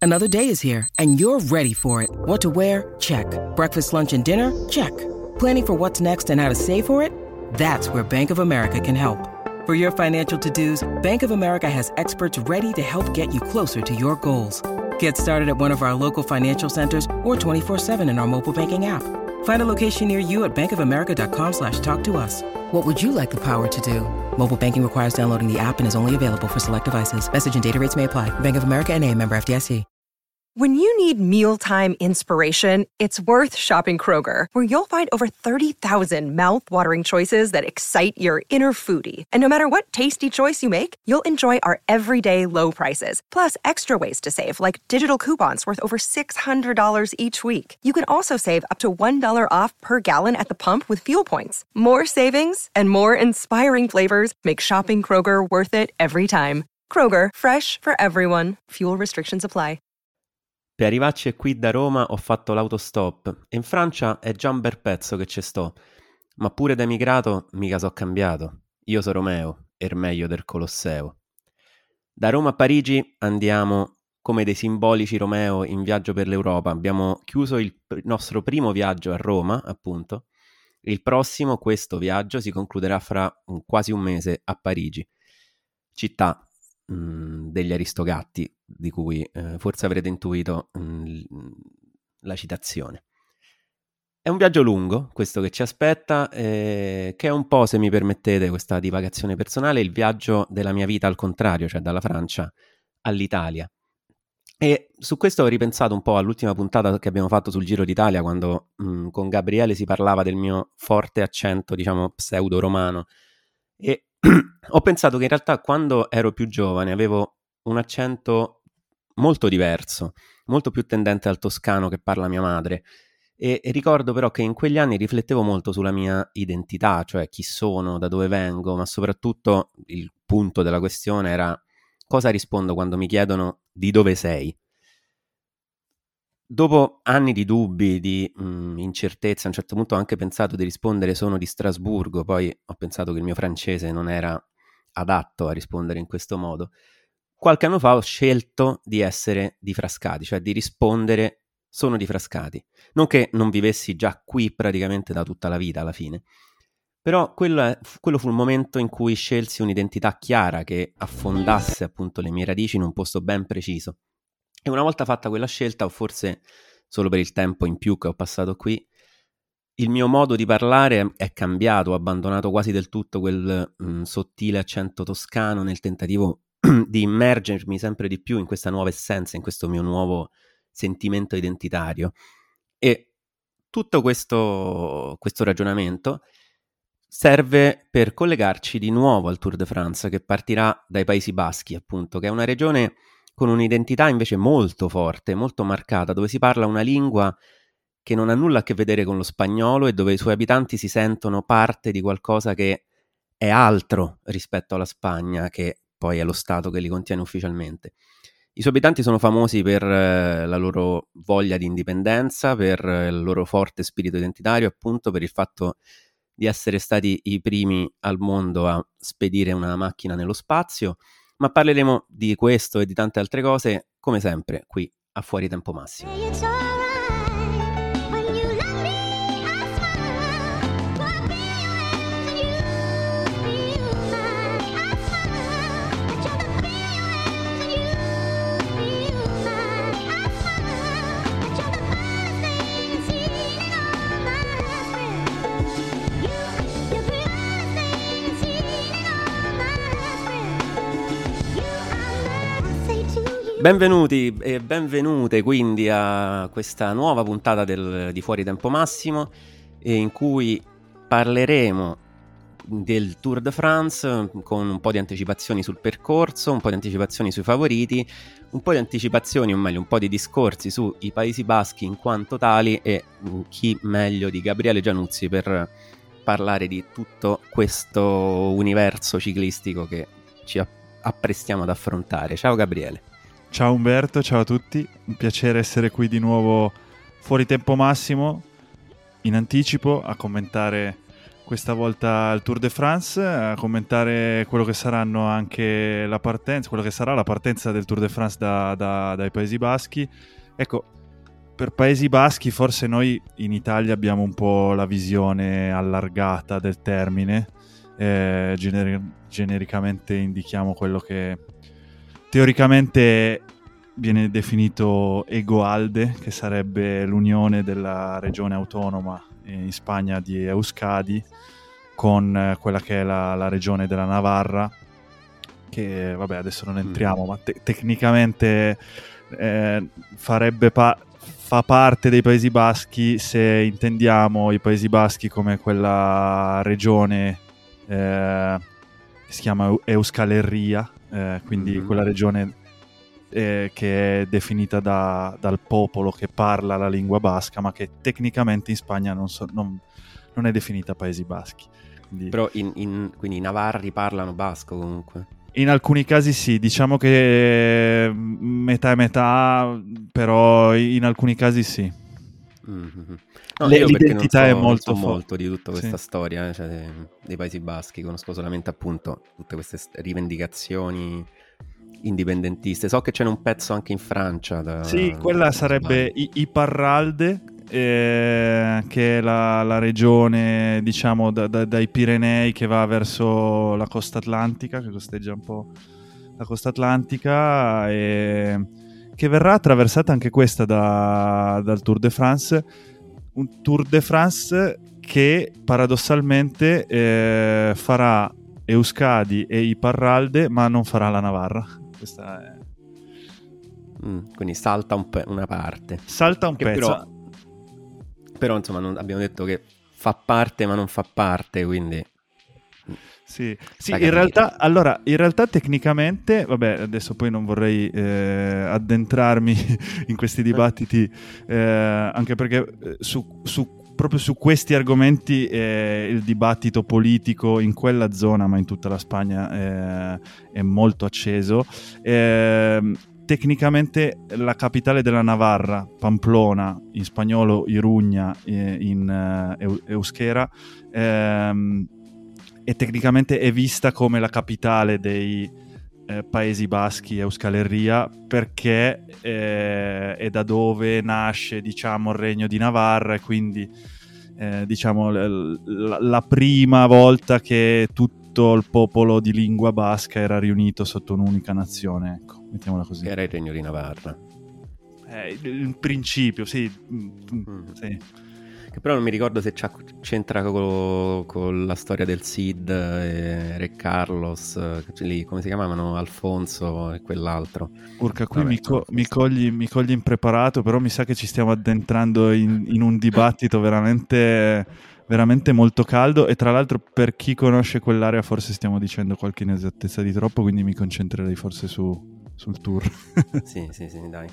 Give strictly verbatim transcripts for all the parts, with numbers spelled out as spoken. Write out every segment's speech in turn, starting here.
Another day is here, and you're ready for it. What to wear? Check. Breakfast, lunch, and dinner? Check. Planning for what's next and how to save for it? That's where Bank of America can help. For your financial to-dos, Bank of America has experts ready to help get you closer to your goals. Get started at one of our local financial centers or twenty-four seven in our mobile banking app. Find a location near you at bankofamerica.com slash talk to us. What would you like the power to do? Mobile banking requires downloading the app and is only available for select devices. Message and data rates may apply. Bank of America N A, member F D I C. When you need mealtime inspiration, it's worth shopping Kroger, where you'll find over thirty thousand mouth-watering choices that excite your inner foodie. And no matter what tasty choice you make, you'll enjoy our everyday low prices, plus extra ways to save, like digital coupons worth over six hundred dollars each week. You can also save up to one dollar off per gallon at the pump with fuel points. More savings and more inspiring flavors make shopping Kroger worth it every time. Kroger, fresh for everyone. Fuel restrictions apply. Per arrivarci qui da Roma ho fatto l'autostop e in Francia è già un bel pezzo che ci sto, ma pure da emigrato mica so cambiato. Io sono Romeo, er meglio del Colosseo. Da Roma a Parigi andiamo come dei simbolici Romeo in viaggio per l'Europa. Abbiamo chiuso il nostro primo viaggio a Roma, appunto. Il prossimo, questo viaggio, si concluderà fra quasi un mese a Parigi, città mh, degli Aristogatti, di cui eh, forse avrete intuito mh, la citazione. È un viaggio lungo, questo che ci aspetta, eh, che è un po', se mi permettete questa divagazione personale, il viaggio della mia vita al contrario, cioè dalla Francia all'Italia. E su questo ho ripensato un po' all'ultima puntata che abbiamo fatto sul Giro d'Italia, quando mh, con Gabriele si parlava del mio forte accento, diciamo, pseudo-romano, e ho pensato che in realtà quando ero più giovane avevo un accento molto diverso, molto più tendente al toscano che parla mia madre, e, e ricordo però che in quegli anni riflettevo molto sulla mia identità, cioè chi sono, da dove vengo, ma soprattutto il punto della questione era cosa rispondo quando mi chiedono di dove sei. Dopo anni di dubbi, di mh, incertezza, a un certo punto ho anche pensato di rispondere sono di Strasburgo, poi ho pensato che il mio francese non era adatto a rispondere in questo modo. Qualche anno fa ho scelto di essere di Frascati, cioè di rispondere sono di Frascati. Non che non vivessi già qui praticamente da tutta la vita alla fine, però quello, è, quello fu il momento in cui scelsi un'identità chiara che affondasse appunto le mie radici in un posto ben preciso. E una volta fatta quella scelta, o forse solo per il tempo in più che ho passato qui, il mio modo di parlare è cambiato, ho abbandonato quasi del tutto quel mh, sottile accento toscano nel tentativo di immergermi sempre di più in questa nuova essenza, in questo mio nuovo sentimento identitario. E tutto questo, questo ragionamento serve per collegarci di nuovo al Tour de France, che partirà dai Paesi Baschi, appunto, che è una regione con un'identità invece molto forte, molto marcata, dove si parla una lingua che non ha nulla a che vedere con lo spagnolo e dove i suoi abitanti si sentono parte di qualcosa che è altro rispetto alla Spagna, che poi è lo Stato che li contiene ufficialmente. I suoi abitanti sono famosi per eh, la loro voglia di indipendenza, per eh, il loro forte spirito identitario, appunto per il fatto di essere stati i primi al mondo a spedire una macchina nello spazio, ma parleremo di questo e di tante altre cose, come sempre, qui a Fuori Tempo Massimo. Benvenuti e benvenute quindi a questa nuova puntata del, di Fuori Tempo Massimo, in cui parleremo del Tour de France con un po' di anticipazioni sul percorso, un po' di anticipazioni sui favoriti, un po' di anticipazioni, o meglio un po' di discorsi sui Paesi Baschi in quanto tali, e chi meglio di Gabriele Gianuzzi per parlare di tutto questo universo ciclistico che ci apprestiamo ad affrontare. Ciao Gabriele. Ciao Umberto, ciao a tutti, un piacere essere qui di nuovo Fuori Tempo Massimo, in anticipo a commentare questa volta al Tour de France, a commentare quello che saranno anche la partenza, quello che sarà la partenza del Tour de France da, da, dai Paesi Baschi. Ecco, per Paesi Baschi forse noi in Italia abbiamo un po' la visione allargata del termine, eh, gener- genericamente indichiamo quello che teoricamente viene definito Egoalde, che sarebbe l'unione della regione autonoma in Spagna di Euskadi con eh, quella che è la, la regione della Navarra, che vabbè adesso non entriamo, mm. ma te- tecnicamente eh, farebbe pa- fa parte dei Paesi Baschi se intendiamo i Paesi Baschi come quella regione eh, che si chiama Euskal Herria, eh, quindi mm-hmm. quella regione Eh, che è definita da, dal popolo che parla la lingua basca, ma che tecnicamente in Spagna non, so, non, non è definita Paesi Baschi. Quindi, Però in, in, quindi i navarri parlano basco comunque? In alcuni casi sì, diciamo che metà e metà, però in alcuni casi sì. Mm-hmm. No, Le, io l'identità non so, è molto non so fo- molto di tutta questa sì. storia eh, cioè dei, dei Paesi Baschi, conosco solamente appunto tutte queste rivendicazioni indipendentiste. So che c'è un pezzo anche in Francia. Da, sì, quella sarebbe I- Iparralde, eh, che è la, la regione, diciamo, da, da, dai Pirenei che va verso la costa atlantica, che costeggia un po' la costa atlantica, e che verrà attraversata anche questa da, dal Tour de France. Un Tour de France che paradossalmente eh, farà Euskadi e Iparralde, ma non farà la Navarra. Questa è... mm, quindi salta un pe- una parte. Salta un che pezzo. Però, però insomma non, abbiamo detto che fa parte ma non fa parte, quindi... Sì, sì in realtà, allora, in realtà tecnicamente, vabbè, adesso poi non vorrei eh, addentrarmi in questi dibattiti, eh, anche perché su, su proprio su questi argomenti eh, il dibattito politico in quella zona, ma in tutta la Spagna, eh, è molto acceso. Eh, tecnicamente la capitale della Navarra, Pamplona, in spagnolo Iruña, eh, in uh, euskera, ehm, e tecnicamente è vista come la capitale dei eh, Paesi Baschi, Euskal Herria, perché eh, è da dove nasce, diciamo, il regno di Navarra, e quindi eh, diciamo l- l- la prima volta che tutto il popolo di lingua basca era riunito sotto un'unica nazione, ecco, mettiamola così. Che era il regno di Navarra. Eh, in principio, sì, mm. sì. Che però non mi ricordo se c'entra con, con la storia del Cid e Re Carlos, lì, come si chiamavano, Alfonso e quell'altro. Urca, qui Vabbè, mi, co- mi, cogli, mi cogli impreparato, però mi sa che ci stiamo addentrando in, in un dibattito veramente, veramente molto caldo, e tra l'altro per chi conosce quell'area forse stiamo dicendo qualche inesattezza di troppo, quindi mi concentrerei forse su, sul tour. Sì, sì, sì, dai.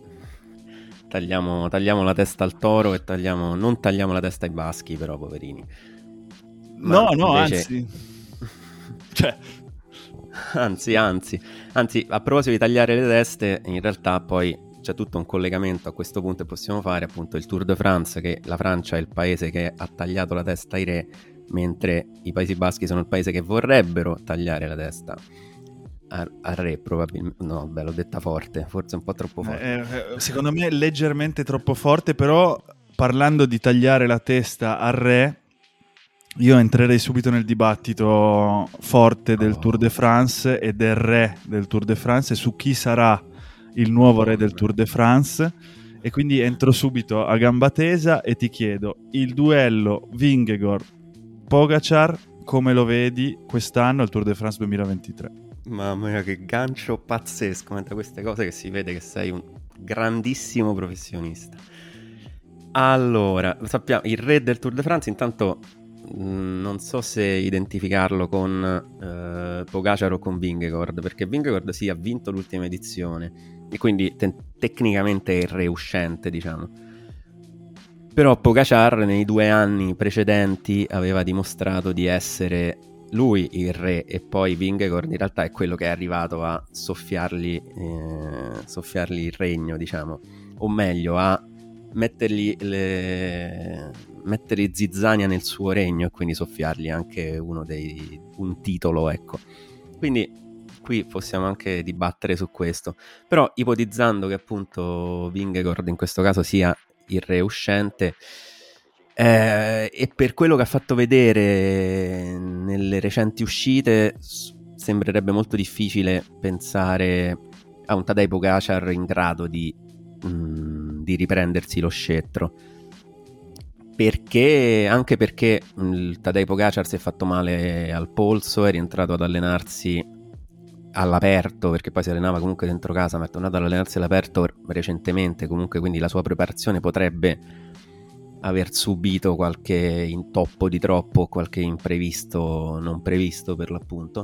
Tagliamo, tagliamo la testa al toro e tagliamo, non tagliamo la testa ai baschi, però, poverini. Ma no, no, invece... anzi. cioè... Anzi, anzi. Anzi, a proposito di tagliare le teste, in realtà poi c'è tutto un collegamento a questo punto, e possiamo fare appunto il Tour de France, che la Francia è il paese che ha tagliato la testa ai re, mentre i Paesi Baschi sono il paese che vorrebbero tagliare la testa al re, probabilmente. No, beh, l'ho detta forte, forse un po' troppo forte. Eh, secondo me leggermente troppo forte, però parlando di tagliare la testa al re, io entrerei subito nel dibattito forte del oh. Tour de France e del re del Tour de France, e su chi sarà il nuovo oh, re del Tour de France, e quindi entro subito a gamba tesa e ti chiedo: il duello Vingegaard-Pogačar come lo vedi quest'anno al Tour de France duemilaventitré? Mamma mia, che gancio pazzesco, mentre queste cose che si vede che sei un grandissimo professionista. Allora, sappiamo, il re del Tour de France, intanto mh, non so se identificarlo con eh, Pogačar o con Vingegaard, perché Vingegaard sì, ha vinto l'ultima edizione e quindi te- tecnicamente è il re uscente, diciamo. Però Pogačar nei due anni precedenti aveva dimostrato di essere lui il re, e poi Vingegaard in realtà è quello che è arrivato a soffiargli, eh, soffiargli il regno, diciamo, o meglio a mettergli le... mettere zizzania nel suo regno e quindi soffiargli anche uno dei... un titolo, ecco. Quindi qui possiamo anche dibattere su questo, però ipotizzando che appunto Vingegaard in questo caso sia il re uscente, eh, e per quello che ha fatto vedere nelle recenti uscite sembrerebbe molto difficile pensare a un Tadej Pogačar in grado di, mh, di riprendersi lo scettro, perché anche perché il Tadej Pogačar si è fatto male al polso, è rientrato ad allenarsi all'aperto, perché poi si allenava comunque dentro casa, ma è tornato ad allenarsi all'aperto recentemente comunque, quindi la sua preparazione potrebbe aver subito qualche intoppo di troppo, qualche imprevisto non previsto per l'appunto.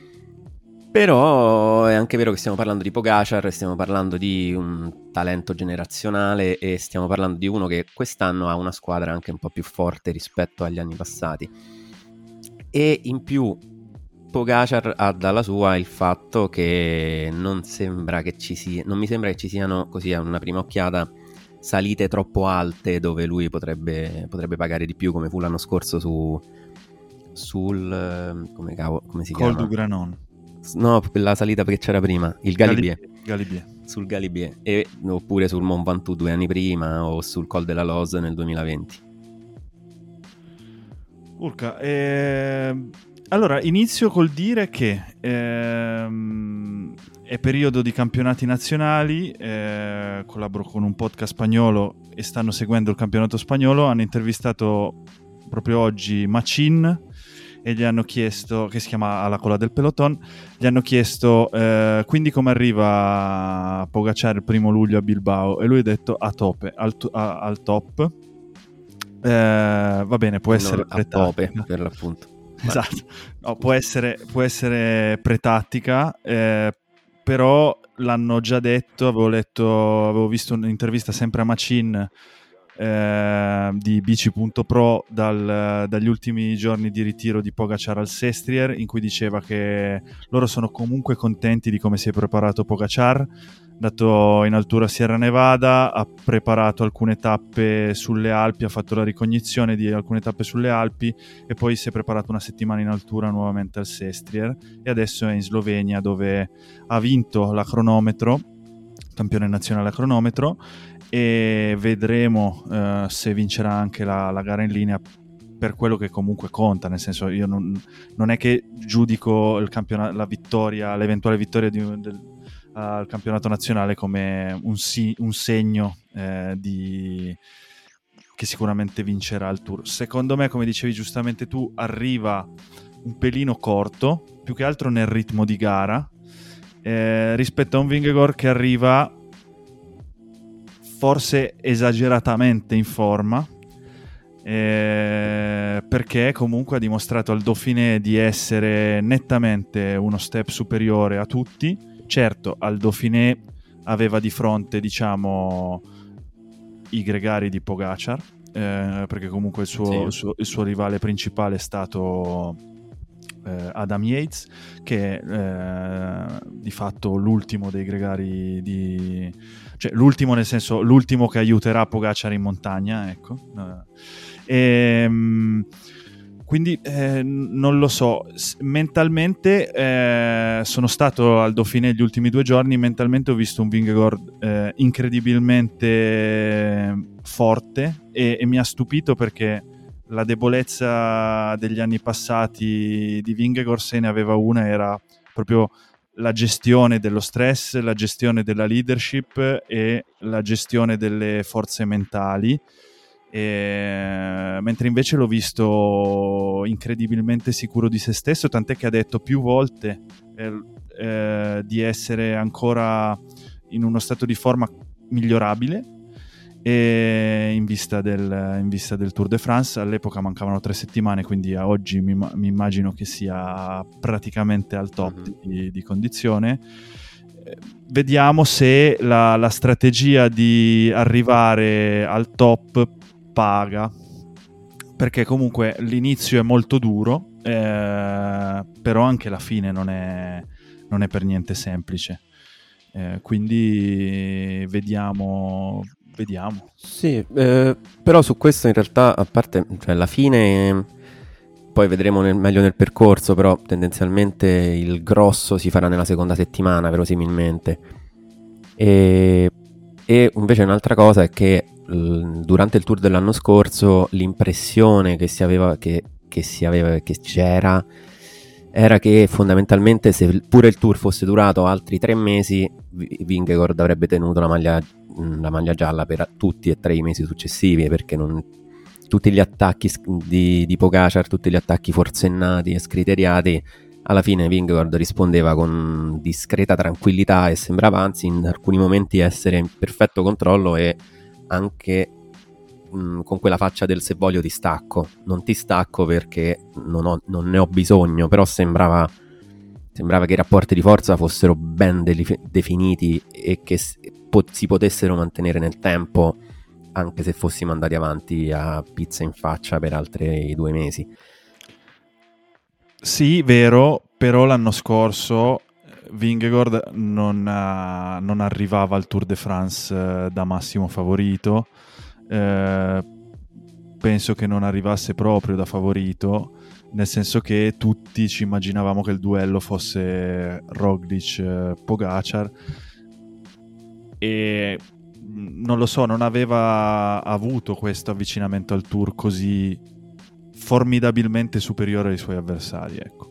Però è anche vero che stiamo parlando di Pogačar, stiamo parlando di un talento generazionale e stiamo parlando di uno che quest'anno ha una squadra anche un po' più forte rispetto agli anni passati, e in più Pogačar ha dalla sua il fatto che non sembra che ci sia, non mi sembra che ci siano, così a una prima occhiata, salite troppo alte dove lui potrebbe, potrebbe pagare di più, come fu l'anno scorso su sul come, cavo, come si Col chiama? du Granon. No, la salita che c'era prima, il Galibier. Galibier. Sul Galibier, e, oppure sul Mont Ventoux due anni prima, o sul Col de la Loze nel duemilaventi. Urca, eh, allora inizio col dire che ehm, è periodo di campionati nazionali, eh, collaboro con un podcast spagnolo e stanno seguendo il campionato spagnolo. Hanno intervistato proprio oggi Machin e gli hanno chiesto, che si chiama Alla cola del peloton, gli hanno chiesto eh, quindi come arriva Pogačar il primo luglio a Bilbao, e lui ha detto a tope, al, a, al top. Eh, va bene, può essere a tope per l'appunto. Esatto, no, può essere, può essere pretattica, eh, però l'hanno già detto, avevo letto, avevo visto un'intervista sempre a Machin eh, di bici punto pro dal, dagli ultimi giorni di ritiro di Pogačar al Sestriere, in cui diceva che loro sono comunque contenti di come si è preparato Pogačar. Andato in altura Sierra Nevada, ha preparato alcune tappe sulle Alpi, ha fatto la ricognizione di alcune tappe sulle Alpi e poi si è preparato una settimana in altura nuovamente al Sestriere, e adesso è in Slovenia, dove ha vinto la cronometro, campione nazionale a cronometro, e vedremo uh, se vincerà anche la, la gara in linea, per quello che comunque conta, nel senso, io non, non è che giudico il campionato, la vittoria, l'eventuale vittoria di, del al campionato nazionale come un, si, un segno eh, di che sicuramente vincerà il Tour. Secondo me, come dicevi giustamente tu, arriva un pelino corto, più che altro nel ritmo di gara, eh, rispetto a un Vingegaard che arriva forse esageratamente in forma, eh, perché comunque ha dimostrato al Dauphiné di essere nettamente uno step superiore a tutti. Certo, al Dauphiné aveva di fronte, diciamo, i gregari di Pogačar, eh, perché comunque il suo, sì. il, suo, il suo rivale principale è stato eh, Adam Yates, che è eh, di fatto l'ultimo dei gregari di... cioè l'ultimo nel senso, l'ultimo che aiuterà Pogačar in montagna, ecco. E... Quindi eh, non lo so, mentalmente eh, sono stato al Dauphiné gli ultimi due giorni, mentalmente ho visto un Vingegaard eh, incredibilmente forte e, e mi ha stupito, perché la debolezza degli anni passati di Vingegaard, se ne aveva una, era proprio la gestione dello stress, la gestione della leadership e la gestione delle forze mentali. E, mentre invece l'ho visto incredibilmente sicuro di se stesso, tant'è che ha detto più volte eh, eh, di essere ancora in uno stato di forma migliorabile, e in vista del, in vista del Tour de France. All'epoca mancavano tre settimane, quindi a oggi mi, mi immagino che sia praticamente al top di, di condizione. Vediamo se la, la strategia di arrivare al top paga, perché comunque l'inizio è molto duro, eh, però anche la fine non è, non è per niente semplice, eh, quindi vediamo, vediamo. Sì, eh, però su questo in realtà, a parte, cioè alla fine, poi vedremo nel, meglio nel percorso, però tendenzialmente il grosso si farà nella seconda settimana, verosimilmente. E, e invece un'altra cosa è che l, durante il tour dell'anno scorso l'impressione che si aveva, che, che si aveva, che c'era, era che fondamentalmente se pure il tour fosse durato altri tre mesi, Vingegaard avrebbe tenuto la maglia, la maglia gialla per tutti e tre i mesi successivi, perché non, tutti gli attacchi di, di Pogačar, tutti gli attacchi forsennati e scriteriati, alla fine Vingegaard rispondeva con discreta tranquillità e sembrava anzi in alcuni momenti essere in perfetto controllo e anche mh, con quella faccia del se voglio ti stacco, non ti stacco perché non, ho, non ne ho bisogno, però sembrava, sembrava che i rapporti di forza fossero ben de- definiti e che s- po- si potessero mantenere nel tempo anche se fossimo andati avanti a pizza in faccia per altri due mesi. Sì, vero, però l'anno scorso Vingegaard non, uh, non arrivava al Tour de France uh, da massimo favorito, uh, penso che non arrivasse proprio da favorito, nel senso che tutti ci immaginavamo che il duello fosse Roglic-Pogačar e non lo so, non aveva avuto questo avvicinamento al Tour così formidabilmente superiore ai suoi avversari, ecco.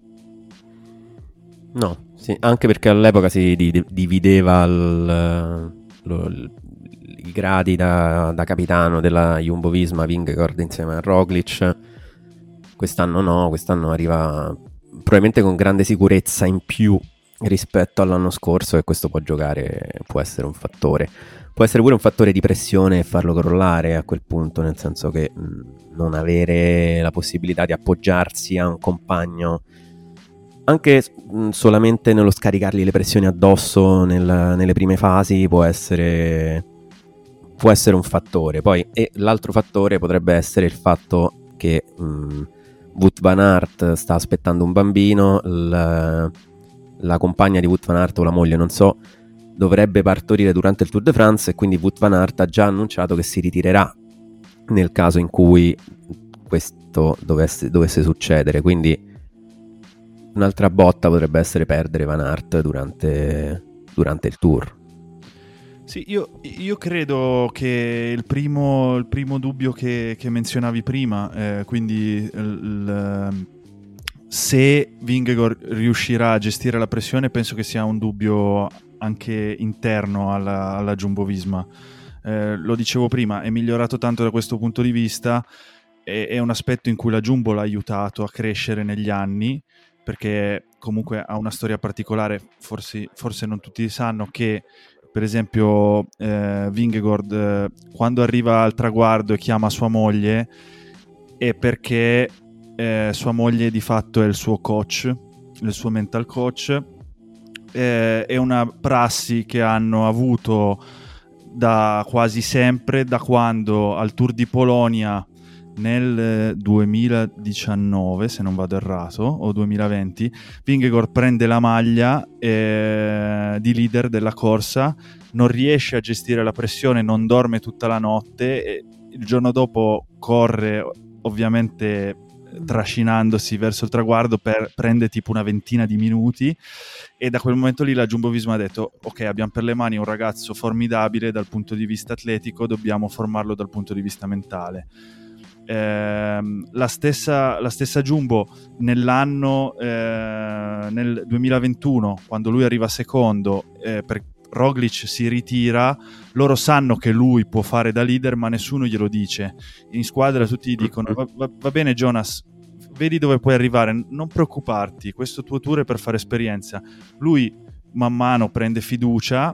No, sì, anche perché all'epoca si di- divideva il, lo, il, i gradi da, da capitano della Jumbo-Visma, Vingegaard insieme a Roglic. Quest'anno no, quest'anno arriva probabilmente con grande sicurezza in più rispetto all'anno scorso e questo può giocare, può essere un fattore. Può essere pure un fattore di pressione e farlo crollare a quel punto, nel senso che mh, non avere la possibilità di appoggiarsi a un compagno anche mh, solamente nello scaricargli le pressioni addosso nel, nelle prime fasi può essere può essere un fattore. Poi e l'altro fattore potrebbe essere il fatto che mh, Wout van Aert sta aspettando un bambino, la, la compagna di Wout van Aert o la moglie, non so, dovrebbe partorire durante il Tour de France e quindi Wout van Aert ha già annunciato che si ritirerà nel caso in cui questo dovesse, dovesse succedere, quindi un'altra botta potrebbe essere perdere Van Aert durante, durante il Tour. Sì, io, io credo che il primo, il primo dubbio che, che menzionavi prima, eh, quindi il, il, se Vingegaard riuscirà a gestire la pressione, penso che sia un dubbio anche interno alla, alla Jumbo-Visma. Eh, lo dicevo prima, è migliorato tanto da questo punto di vista, è, è un aspetto in cui la Jumbo l'ha aiutato a crescere negli anni, perché comunque ha una storia particolare, forse, forse non tutti sanno che per esempio eh, Vingegaard eh, quando arriva al traguardo e chiama sua moglie è perché eh, sua moglie di fatto è il suo coach, il suo mental coach. Eh, è una prassi che hanno avuto da quasi sempre, da quando al Tour di Polonia nel duemiladiciannove, se non vado errato, o duemilaventi, Vingegaard prende la maglia eh, di leader della corsa, non riesce a gestire la pressione, non dorme tutta la notte e il giorno dopo corre ovviamente trascinandosi verso il traguardo, per, prende tipo una ventina di minuti e da quel momento lì la Jumbo-Visma ha detto ok, abbiamo per le mani un ragazzo formidabile dal punto di vista atletico, dobbiamo formarlo dal punto di vista mentale. Eh, la stessa la stessa Jumbo nell'anno eh, nel duemilaventuno, quando lui arriva secondo, eh, per Roglic si ritira, loro sanno che lui può fare da leader ma nessuno glielo dice in squadra, tutti gli dicono va, va, va bene Jonas, vedi dove puoi arrivare, non preoccuparti, questo tuo tour è per fare esperienza. Lui man mano prende fiducia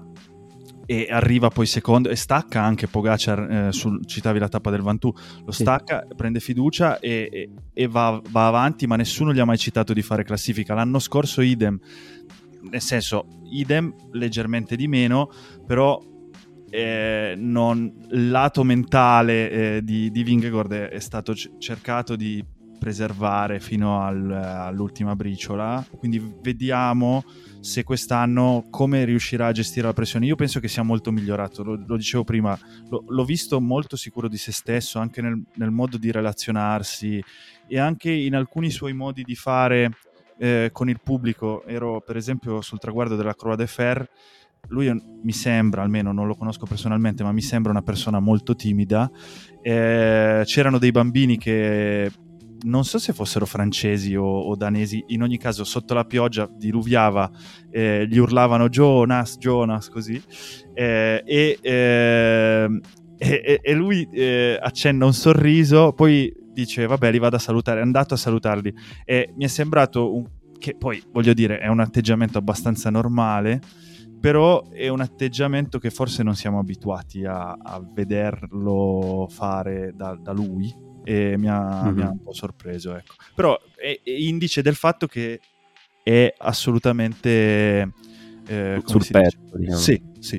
e arriva poi secondo e stacca anche Pogačar, eh, sul, citavi la tappa del Ventoux, lo stacca, sì. Prende fiducia e, e, e va, va avanti, ma nessuno gli ha mai citato di fare classifica. L'anno scorso idem, nel senso idem leggermente di meno, però eh, non, il lato mentale eh, di, di Vingegaard è, è stato c- cercato di preservare fino al, all'ultima briciola, quindi vediamo se quest'anno come riuscirà a gestire la pressione. Io penso che sia molto migliorato, lo, lo dicevo prima, lo, l'ho visto molto sicuro di se stesso anche nel, nel modo di relazionarsi e anche in alcuni suoi modi di fare eh, con il pubblico. Ero per esempio sul traguardo della Croix de Fer, lui è, mi sembra, almeno non lo conosco personalmente, ma mi sembra una persona molto timida. Eh, c'erano dei bambini che non so se fossero francesi o, o danesi, in ogni caso sotto la pioggia diluviava, eh, gli urlavano Jonas, Jonas, così, eh, e, eh, e, e lui eh, accenna un sorriso, poi dice vabbè li vado a salutare, è andato a salutarli, e mi è sembrato un, che poi voglio dire è un atteggiamento abbastanza normale, però è un atteggiamento che forse non siamo abituati a, a vederlo fare da, da lui, e mi ha, mm-hmm. mi ha un po' sorpreso, ecco. Però è, è indice del fatto che è assolutamente eh, come sul si pezzo, dice? Diciamo. Sì, sì.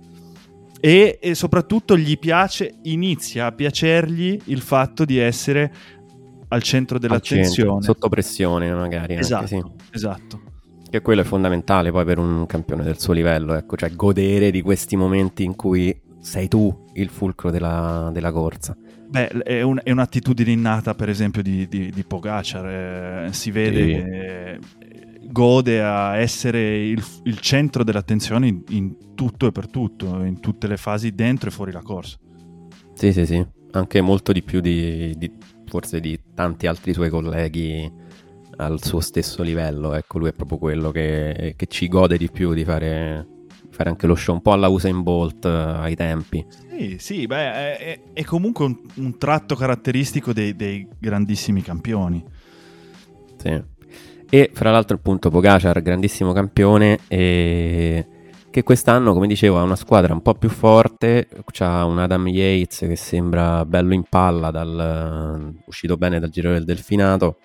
E, e soprattutto gli piace, inizia a piacergli il fatto di essere al centro dell'attenzione, centro, sotto pressione magari. Esatto, anche, sì. esatto. Che quello è fondamentale poi per un campione del suo livello, ecco, cioè godere di questi momenti in cui sei tu il fulcro della, della corsa. Beh, è, un, è un'attitudine innata, per esempio, di, di, di Pogacar, eh, si vede sì. che gode a essere il, il centro dell'attenzione in, in tutto e per tutto, in tutte le fasi, dentro e fuori la corsa. Sì, sì, sì, anche molto di più di, di forse di tanti altri suoi colleghi al suo stesso livello, ecco, lui è proprio quello che, che ci gode di più di fare, fare anche lo show, un po' alla Usain Bolt uh, ai tempi. Sì, sì, beh, è, è comunque un, un tratto caratteristico dei, dei grandissimi campioni. Sì. E fra l'altro appunto Pogacar, grandissimo campione, e che quest'anno, come dicevo, ha una squadra un po' più forte, c'ha un Adam Yates che sembra bello in palla, dal, uscito bene dal Giro del Delfinato,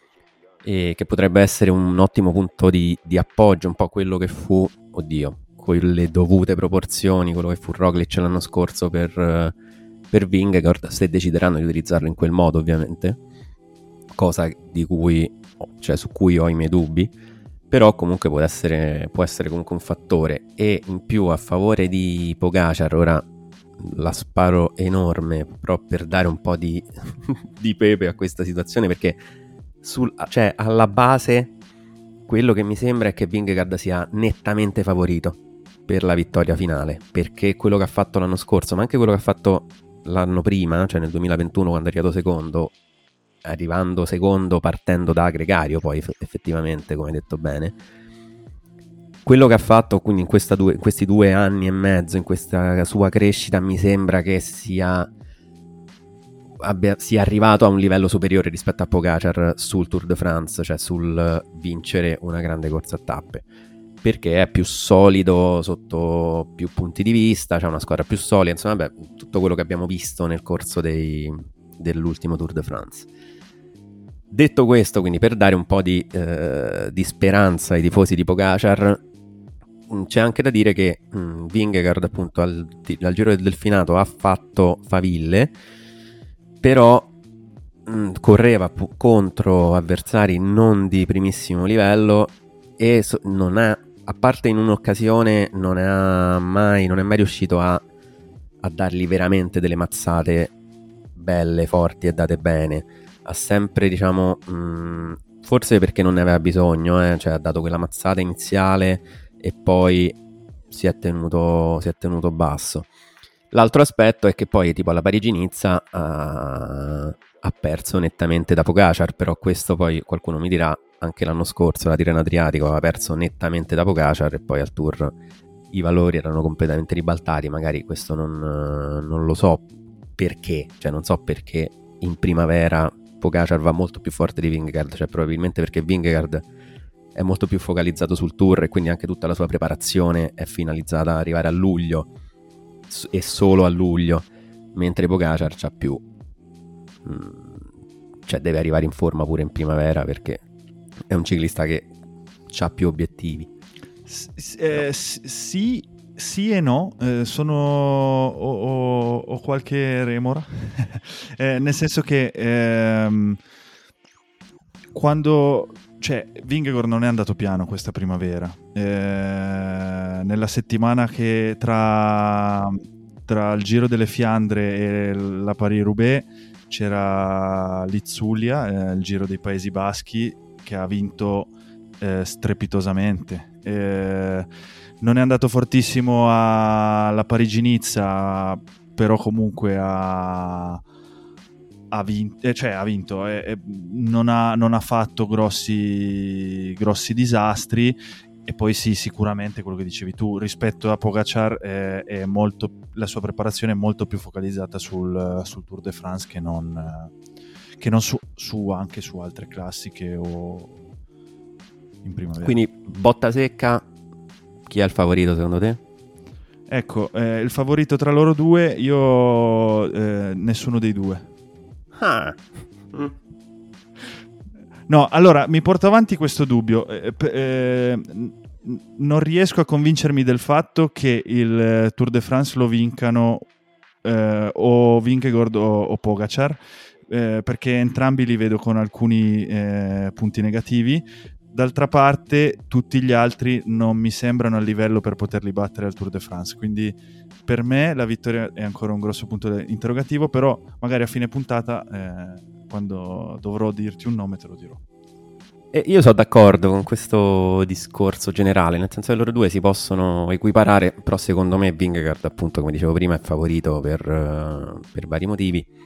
e che potrebbe essere un ottimo punto di, di appoggio, un po' quello che fu, oddio, con le dovute proporzioni, quello che fu Roglic l'anno scorso per, per Vingegaard, se decideranno di utilizzarlo in quel modo ovviamente, cosa di cui, cioè su cui ho i miei dubbi, però comunque può essere, può essere comunque un fattore. E in più a favore di Pogacar, ora la sparo enorme, però per dare un po' di, di pepe a questa situazione, perché sul, cioè alla base quello che mi sembra è che Vingegaard sia nettamente favorito per la vittoria finale, perché quello che ha fatto l'anno scorso, ma anche quello che ha fatto l'anno prima, cioè nel duemilaventuno quando è arrivato secondo, arrivando secondo partendo da gregario poi effettivamente, come hai detto bene, quello che ha fatto quindi in, questa due, in questi due anni e mezzo, in questa sua crescita, mi sembra che sia abbia, sia arrivato a un livello superiore rispetto a Pogacar sul Tour de France, cioè sul vincere una grande corsa a tappe, perché è più solido sotto più punti di vista, c'è una squadra più solida, insomma, beh, tutto quello che abbiamo visto nel corso dei, dell'ultimo Tour de France. Detto questo, quindi per dare un po' di, eh, di speranza ai tifosi di Pogacar, c'è anche da dire che mh, Vingegaard appunto al, al Giro del Delfinato ha fatto faville, però mh, correva pu- contro avversari non di primissimo livello e so- non ha, a parte in un'occasione, non è mai, non è mai riuscito a, a dargli veramente delle mazzate belle, forti e date bene. Ha sempre, diciamo, mh, forse perché non ne aveva bisogno, eh, cioè ha dato quella mazzata iniziale e poi si è tenuto, si è tenuto basso. L'altro aspetto è che poi tipo alla Parigi-Nizza ha, ha perso nettamente da Pogacar, però questo poi qualcuno mi dirà, anche l'anno scorso la Tirreno Adriatico aveva perso nettamente da Pogacar e poi al Tour i valori erano completamente ribaltati, magari questo non, non lo so perché, cioè non so perché in primavera Pogacar va molto più forte di Vingegaard, cioè probabilmente perché Vingegaard è molto più focalizzato sul Tour e quindi anche tutta la sua preparazione è finalizzata ad arrivare a luglio e solo a luglio, mentre Pogacar c'ha più cioè deve arrivare in forma pure in primavera perché è un ciclista che ha più obiettivi. S- eh, s- sì, sì e no, eh, sono ho, ho, ho qualche remora eh, nel senso che ehm, quando, cioè, Vingegaard non è andato piano questa primavera. Eh, nella settimana che tra, tra il Giro delle Fiandre e la Paris-Roubaix c'era l'Itzulia, eh, il Giro dei Paesi Baschi, che ha vinto eh, strepitosamente. Eh, non è andato fortissimo alla Parigi-Nizza, però comunque ha, ha vinto, eh, cioè ha vinto eh, eh, non, ha, non ha fatto grossi, grossi disastri. E poi sì, sicuramente quello che dicevi tu, rispetto a Pogacar eh, è molto, la sua preparazione è molto più focalizzata sul, sul Tour de France che non, eh, che non su, su anche su altre classiche o in primavera. Quindi botta secca, chi è il favorito secondo te? Ecco, eh, il favorito tra loro due, io eh, nessuno dei due. Ah. Mm. No, allora, mi porto avanti questo dubbio. Eh, eh, non riesco a convincermi del fatto che il Tour de France lo vincano eh, o Vingegaard o, o Pogacar, eh, perché entrambi li vedo con alcuni eh, punti negativi. D'altra parte, tutti gli altri non mi sembrano a livello per poterli battere al Tour de France, quindi per me la vittoria è ancora un grosso punto interrogativo, però magari a fine puntata, eh, quando dovrò dirti un nome, te lo dirò. E io sono d'accordo con questo discorso generale, nel senso che loro due si possono equiparare, però secondo me Vingegaard, appunto, come dicevo prima, è favorito per, uh, per vari motivi.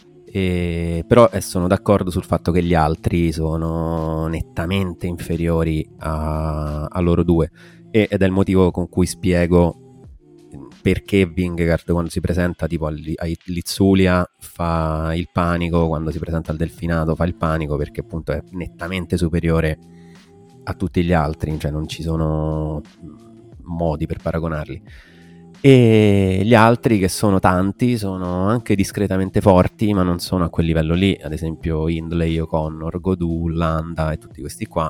E, però eh, sono d'accordo sul fatto che gli altri sono nettamente inferiori a, a loro due, e, ed è il motivo con cui spiego perché Vingegaard quando si presenta tipo all'Itzulia fa il panico, quando si presenta al Delfinato fa il panico, perché appunto è nettamente superiore a tutti gli altri, cioè non ci sono modi per paragonarli. E gli altri, che sono tanti, sono anche discretamente forti, ma non sono a quel livello lì. Ad esempio Hindley, O'Connor, Gaudu, Landa e tutti questi qua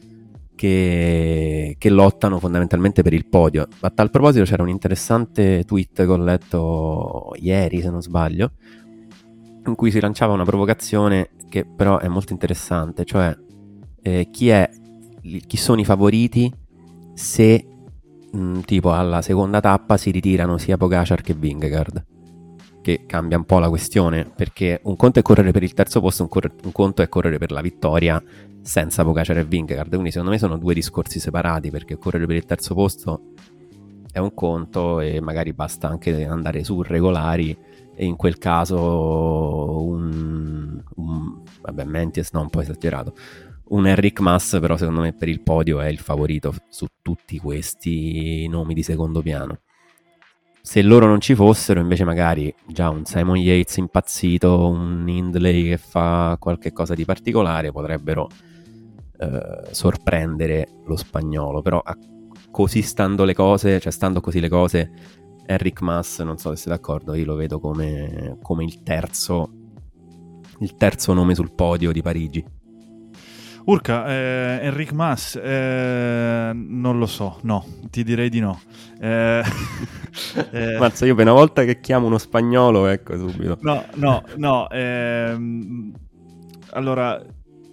che, che lottano fondamentalmente per il podio. A tal proposito c'era un interessante tweet che ho letto ieri, se non sbaglio, in cui si lanciava una provocazione che però è molto interessante, cioè eh, chi è, chi sono i favoriti se tipo alla seconda tappa si ritirano sia Pogacar che Vingegaard, che cambia un po' la questione, perché un conto è correre per il terzo posto, un, cor- un conto è correre per la vittoria senza Pogacar e Vingegaard, quindi secondo me sono due discorsi separati, perché correre per il terzo posto è un conto e magari basta anche andare su regolari, e in quel caso un, un vabbè, Meintjes no, un po' esagerato, un Enric Mas però secondo me per il podio è il favorito su tutti questi nomi di secondo piano. Se loro non ci fossero, invece magari già un Simon Yates impazzito, un Hindley che fa qualche cosa di particolare potrebbero eh, sorprendere lo spagnolo, però a, così stando le cose, cioè stando così le cose, Enric Mas, non so se siete d'accordo, io lo vedo come, come il terzo il terzo nome sul podio di Parigi. Urca, eh, Enric Mas, eh, non lo so, no, ti direi di no. Eh, eh. Mazza, io per una volta che chiamo uno spagnolo, ecco subito. No, no, no. Ehm, allora,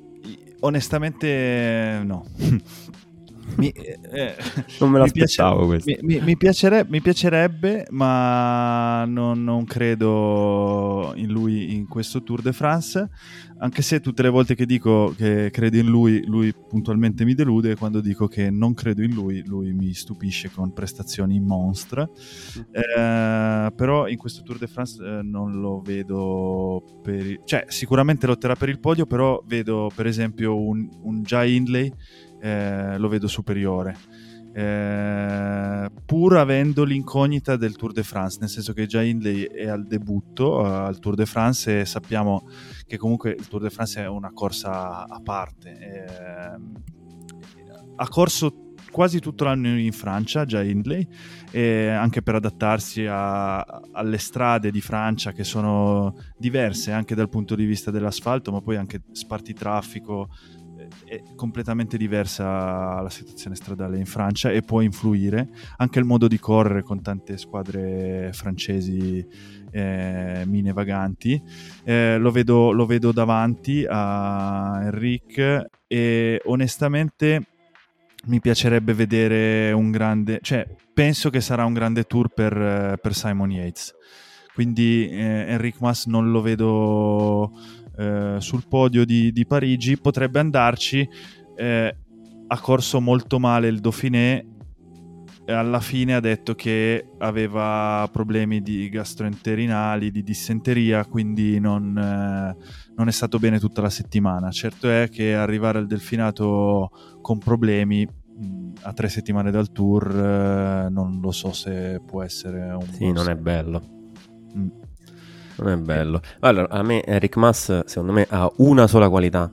onestamente, no. Mi, eh, non me l'aspettavo mi questo. Mi, mi, piacerebbe, mi piacerebbe, ma non, non credo in lui in questo Tour de France, anche se tutte le volte che dico che credo in lui, lui puntualmente mi delude, e quando dico che non credo in lui, lui mi stupisce con prestazioni monstre. Mm. Eh, però in questo Tour de France eh, non lo vedo per il... cioè sicuramente lotterà per il podio, però vedo per esempio un, un Jai Hindley, Eh, lo vedo superiore, eh, pur avendo l'incognita del Tour de France, nel senso che già Hindley è al debutto uh, al Tour de France, e sappiamo che comunque il Tour de France è una corsa a parte. Eh, ha corso quasi tutto l'anno in Francia già Hindley, eh, anche per adattarsi a, alle strade di Francia, che sono diverse anche dal punto di vista dell'asfalto, ma poi anche spartitraffico è completamente diversa la situazione stradale in Francia e può influire anche il modo di correre con tante squadre francesi eh, mine vaganti. Eh, lo vedo, lo vedo davanti a Enric e onestamente mi piacerebbe vedere un grande, cioè penso che sarà un grande tour per, per Simon Yates, quindi eh, Enric Mas non lo vedo eh, sul podio di, di Parigi. Potrebbe andarci, eh, ha corso molto male il Dauphiné e alla fine ha detto che aveva problemi di gastrointestinali, di dissenteria, quindi non, eh, non è stato bene tutta la settimana. Certo è che arrivare al Delfinato con problemi mh, a tre settimane dal tour eh, non lo so se può essere un sì, non è bello. Mm. Non è bello. Allora, a me Enric Mas secondo me ha una sola qualità,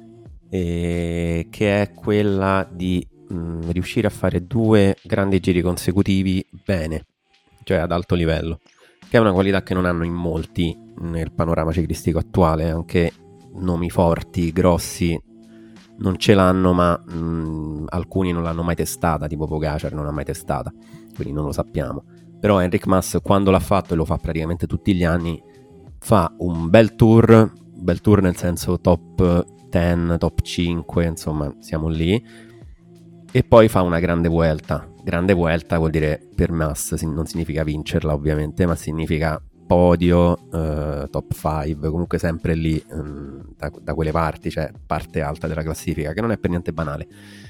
eh, che è quella di mh, riuscire a fare due grandi giri consecutivi bene, cioè ad alto livello, che è una qualità che non hanno in molti nel panorama ciclistico attuale. Anche nomi forti, grossi non ce l'hanno, ma mh, alcuni non l'hanno mai testata, tipo Pogacar non l'ha mai testata, quindi non lo sappiamo. Però Enric Mas, quando l'ha fatto, e lo fa praticamente tutti gli anni, fa un bel tour, bel tour nel senso top dieci, top cinque, insomma siamo lì, e poi fa una grande Vuelta. Grande Vuelta vuol dire per Mas non significa vincerla ovviamente, ma significa podio, eh, top cinque, comunque sempre lì eh, da, da quelle parti, cioè parte alta della classifica, che non è per niente banale.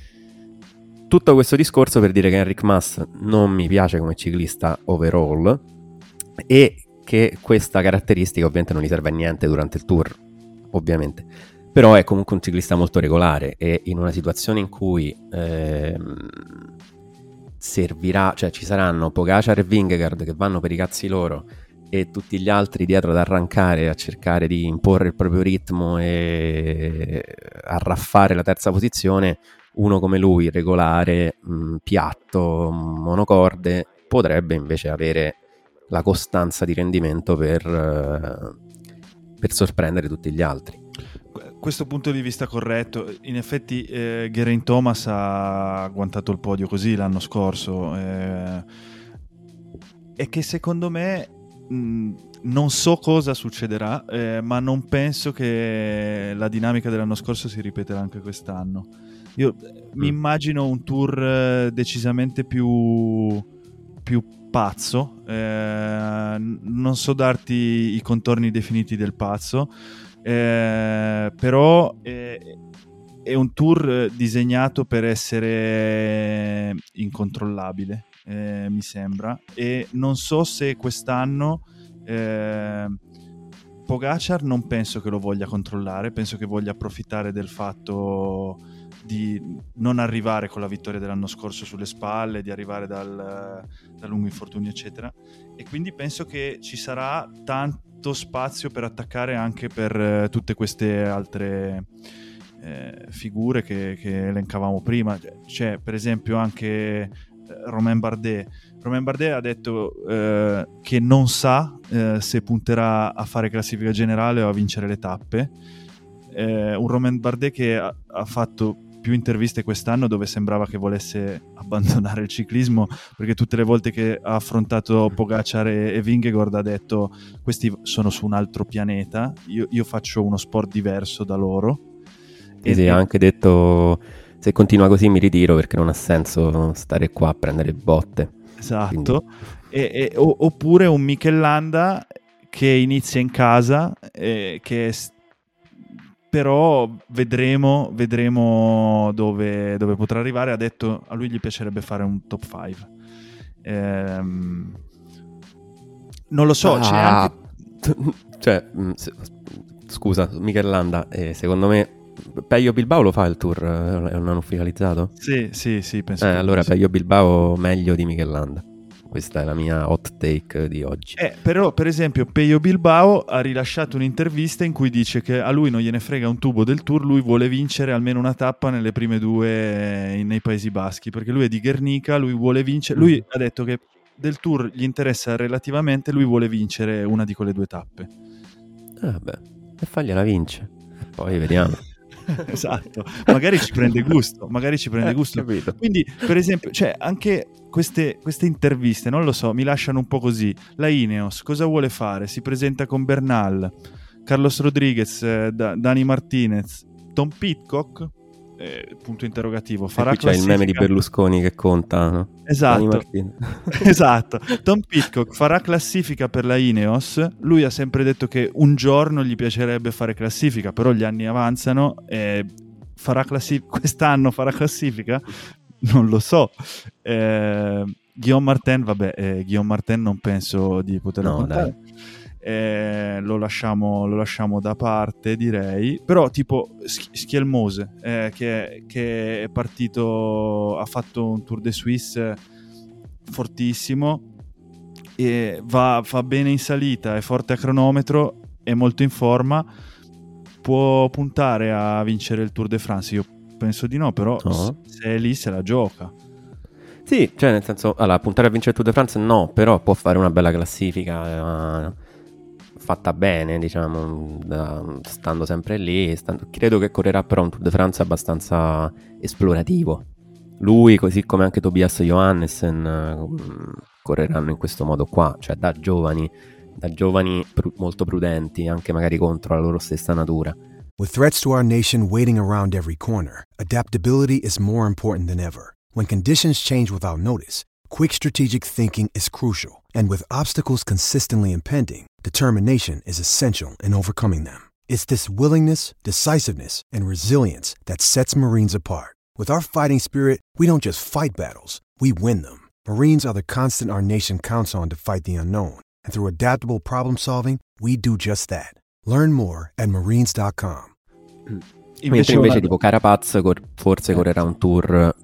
Tutto questo discorso per dire che Enric Mas non mi piace come ciclista overall e che questa caratteristica ovviamente non gli serve a niente durante il tour, ovviamente, però è comunque un ciclista molto regolare, e in una situazione in cui ehm, servirà, cioè ci saranno Pogacar e Vingegaard che vanno per i cazzi loro e tutti gli altri dietro ad arrancare, a cercare di imporre il proprio ritmo e arraffare la terza posizione, uno come lui, regolare, mh, piatto, monocorde, potrebbe invece avere la costanza di rendimento per, uh, per sorprendere tutti gli altri. Questo punto di vista corretto. In effetti eh, Geraint Thomas ha agguantato il podio così l'anno scorso, eh, e che secondo me mh, non so cosa succederà, eh, ma non penso che la dinamica dell'anno scorso si ripeterà anche quest'anno. Io mm. mi immagino un tour decisamente più, più pazzo, eh, non so darti i contorni definiti del pazzo, eh, però è, è un tour disegnato per essere incontrollabile, eh, mi sembra, e non so se quest'anno eh, Pogacar non penso che lo voglia controllare, penso che voglia approfittare del fatto di non arrivare con la vittoria dell'anno scorso sulle spalle, di arrivare dal, dal lungo infortunio eccetera, e quindi penso che ci sarà tanto spazio per attaccare anche per eh, tutte queste altre eh, figure che, che elencavamo prima. C'è per esempio anche eh, Romain Bardet. Romain Bardet ha detto eh, che non sa eh, se punterà a fare classifica generale o a vincere le tappe. Eh, un Romain Bardet che ha, ha fatto più interviste quest'anno dove sembrava che volesse abbandonare il ciclismo, perché tutte le volte che ha affrontato Pogacar e, e Vingegaard ha detto: questi sono su un altro pianeta, io, io faccio uno sport diverso da loro. Sì, e sì, ha anche detto: se continua così mi ritiro, perché non ha senso stare qua a prendere botte. Esatto. E, e, o, oppure un Mikel Landa che inizia in casa, eh, che è però vedremo, vedremo dove, dove potrà arrivare. Ha detto a lui gli piacerebbe fare un top cinque. Ehm, non lo so, ah, c'è anche... cioè, scusa, Mikel Landa, eh, secondo me Pello Bilbao lo fa il tour, eh, non ufficializzato? Sì, sì, sì, penso. Eh, allora Pello Bilbao meglio di Mikel Landa. Questa è la mia hot take di oggi. Eh, però, per esempio, Pello Bilbao ha rilasciato un'intervista in cui dice che a lui non gliene frega un tubo del Tour, lui vuole vincere almeno una tappa nelle prime due nei Paesi Baschi, perché lui è di Guernica, lui vuole vincere, lui mm. ha detto che del Tour gli interessa relativamente, lui vuole vincere una di quelle due tappe. Ah beh, e fagliela vince, poi vediamo. Esatto, magari ci prende gusto, magari ci prende Eh, gusto. capito. Quindi, per esempio, cioè, anche queste, queste interviste, non lo so, mi lasciano un po' così. La Ineos cosa vuole fare? Si presenta con Bernal, Carlos Rodriguez, eh, Da- Dani Martinez, Tom Pidcock, eh, punto interrogativo, E farà qui c'è il meme di classifica? Berlusconi che conta, no? Dani Esatto, Martino. esatto. Tom Pidcock farà classifica per la Ineos. Lui ha sempre detto che un giorno gli piacerebbe fare classifica, però gli anni avanzano e farà classifica. Quest'anno farà classifica? Non lo so. Eh, Guillaume Martin, vabbè, eh, Guillaume Martin non penso di poterlo No, contare. Eh, lo, lasciamo, lo lasciamo da parte, direi. Però tipo Sch- Schielmose, eh, che, che è partito, ha fatto un Tour de Suisse fortissimo e va, va bene in salita, è forte a cronometro, è molto in forma, può puntare a vincere il Tour de France? Io penso di no, però No. s- se è lì se la gioca. Sì, cioè nel senso, allora, puntare a vincere il Tour de France no, però può fare una bella classifica eh, fatta bene, diciamo, da- stando sempre lì. stando- credo che correrà però un Tour de France abbastanza esplorativo. Lui, così come anche Tobias Johannessen, eh, correranno in questo modo qua, cioè da giovani, da giovani pru- molto prudenti, anche magari contro la loro stessa natura. With threats to our nation waiting around every corner, adaptability is more important than ever. When conditions change without notice, quick strategic thinking is crucial. And with obstacles consistently impending, determination is essential in overcoming them. It's this willingness, decisiveness, and resilience that sets Marines apart. With our fighting spirit, we don't just fight battles, we win them. Marines are the constant our nation counts on to fight the unknown. And through adaptable problem solving, we do just that. Learn more at marines dot com. Mentre invece una- tipo Carapaz cor- forse Eh. correrà un tour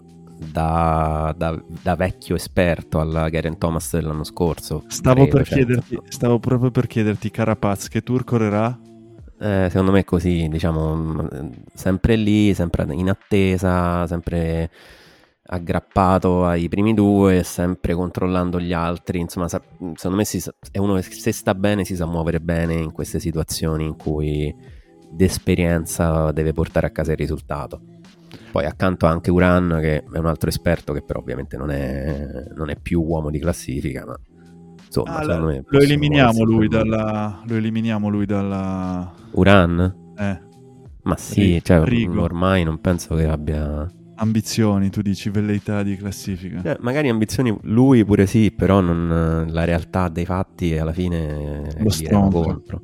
da, da- da vecchio esperto alla Geraint Thomas dell'anno scorso. Stavo, credo, per cioè, chiederti, stavo proprio per chiederti, Carapaz, che tour correrà? Eh, secondo me è così, diciamo, mh, sempre lì, sempre in attesa, sempre aggrappato ai primi due, sempre controllando gli altri. Insomma, sa- secondo me si sa- è uno che se sta bene si sa muovere bene in queste situazioni in cui d'esperienza deve portare a casa il risultato. Poi accanto anche Uran, che è un altro esperto, che però ovviamente non è, non è più uomo di classifica, ma insomma, Ah, secondo la- me lo possono eliminiamo muoversi lui in quel modo. dalla lo eliminiamo lui dalla Uran? eh, Ma sì, Ri- cioè, Rigo. ormai non penso che abbia... ambizioni, tu dici, velleità di classifica. Cioè, magari ambizioni lui pure sì, però non, la realtà dei fatti alla fine Lo diremo stronca. contro.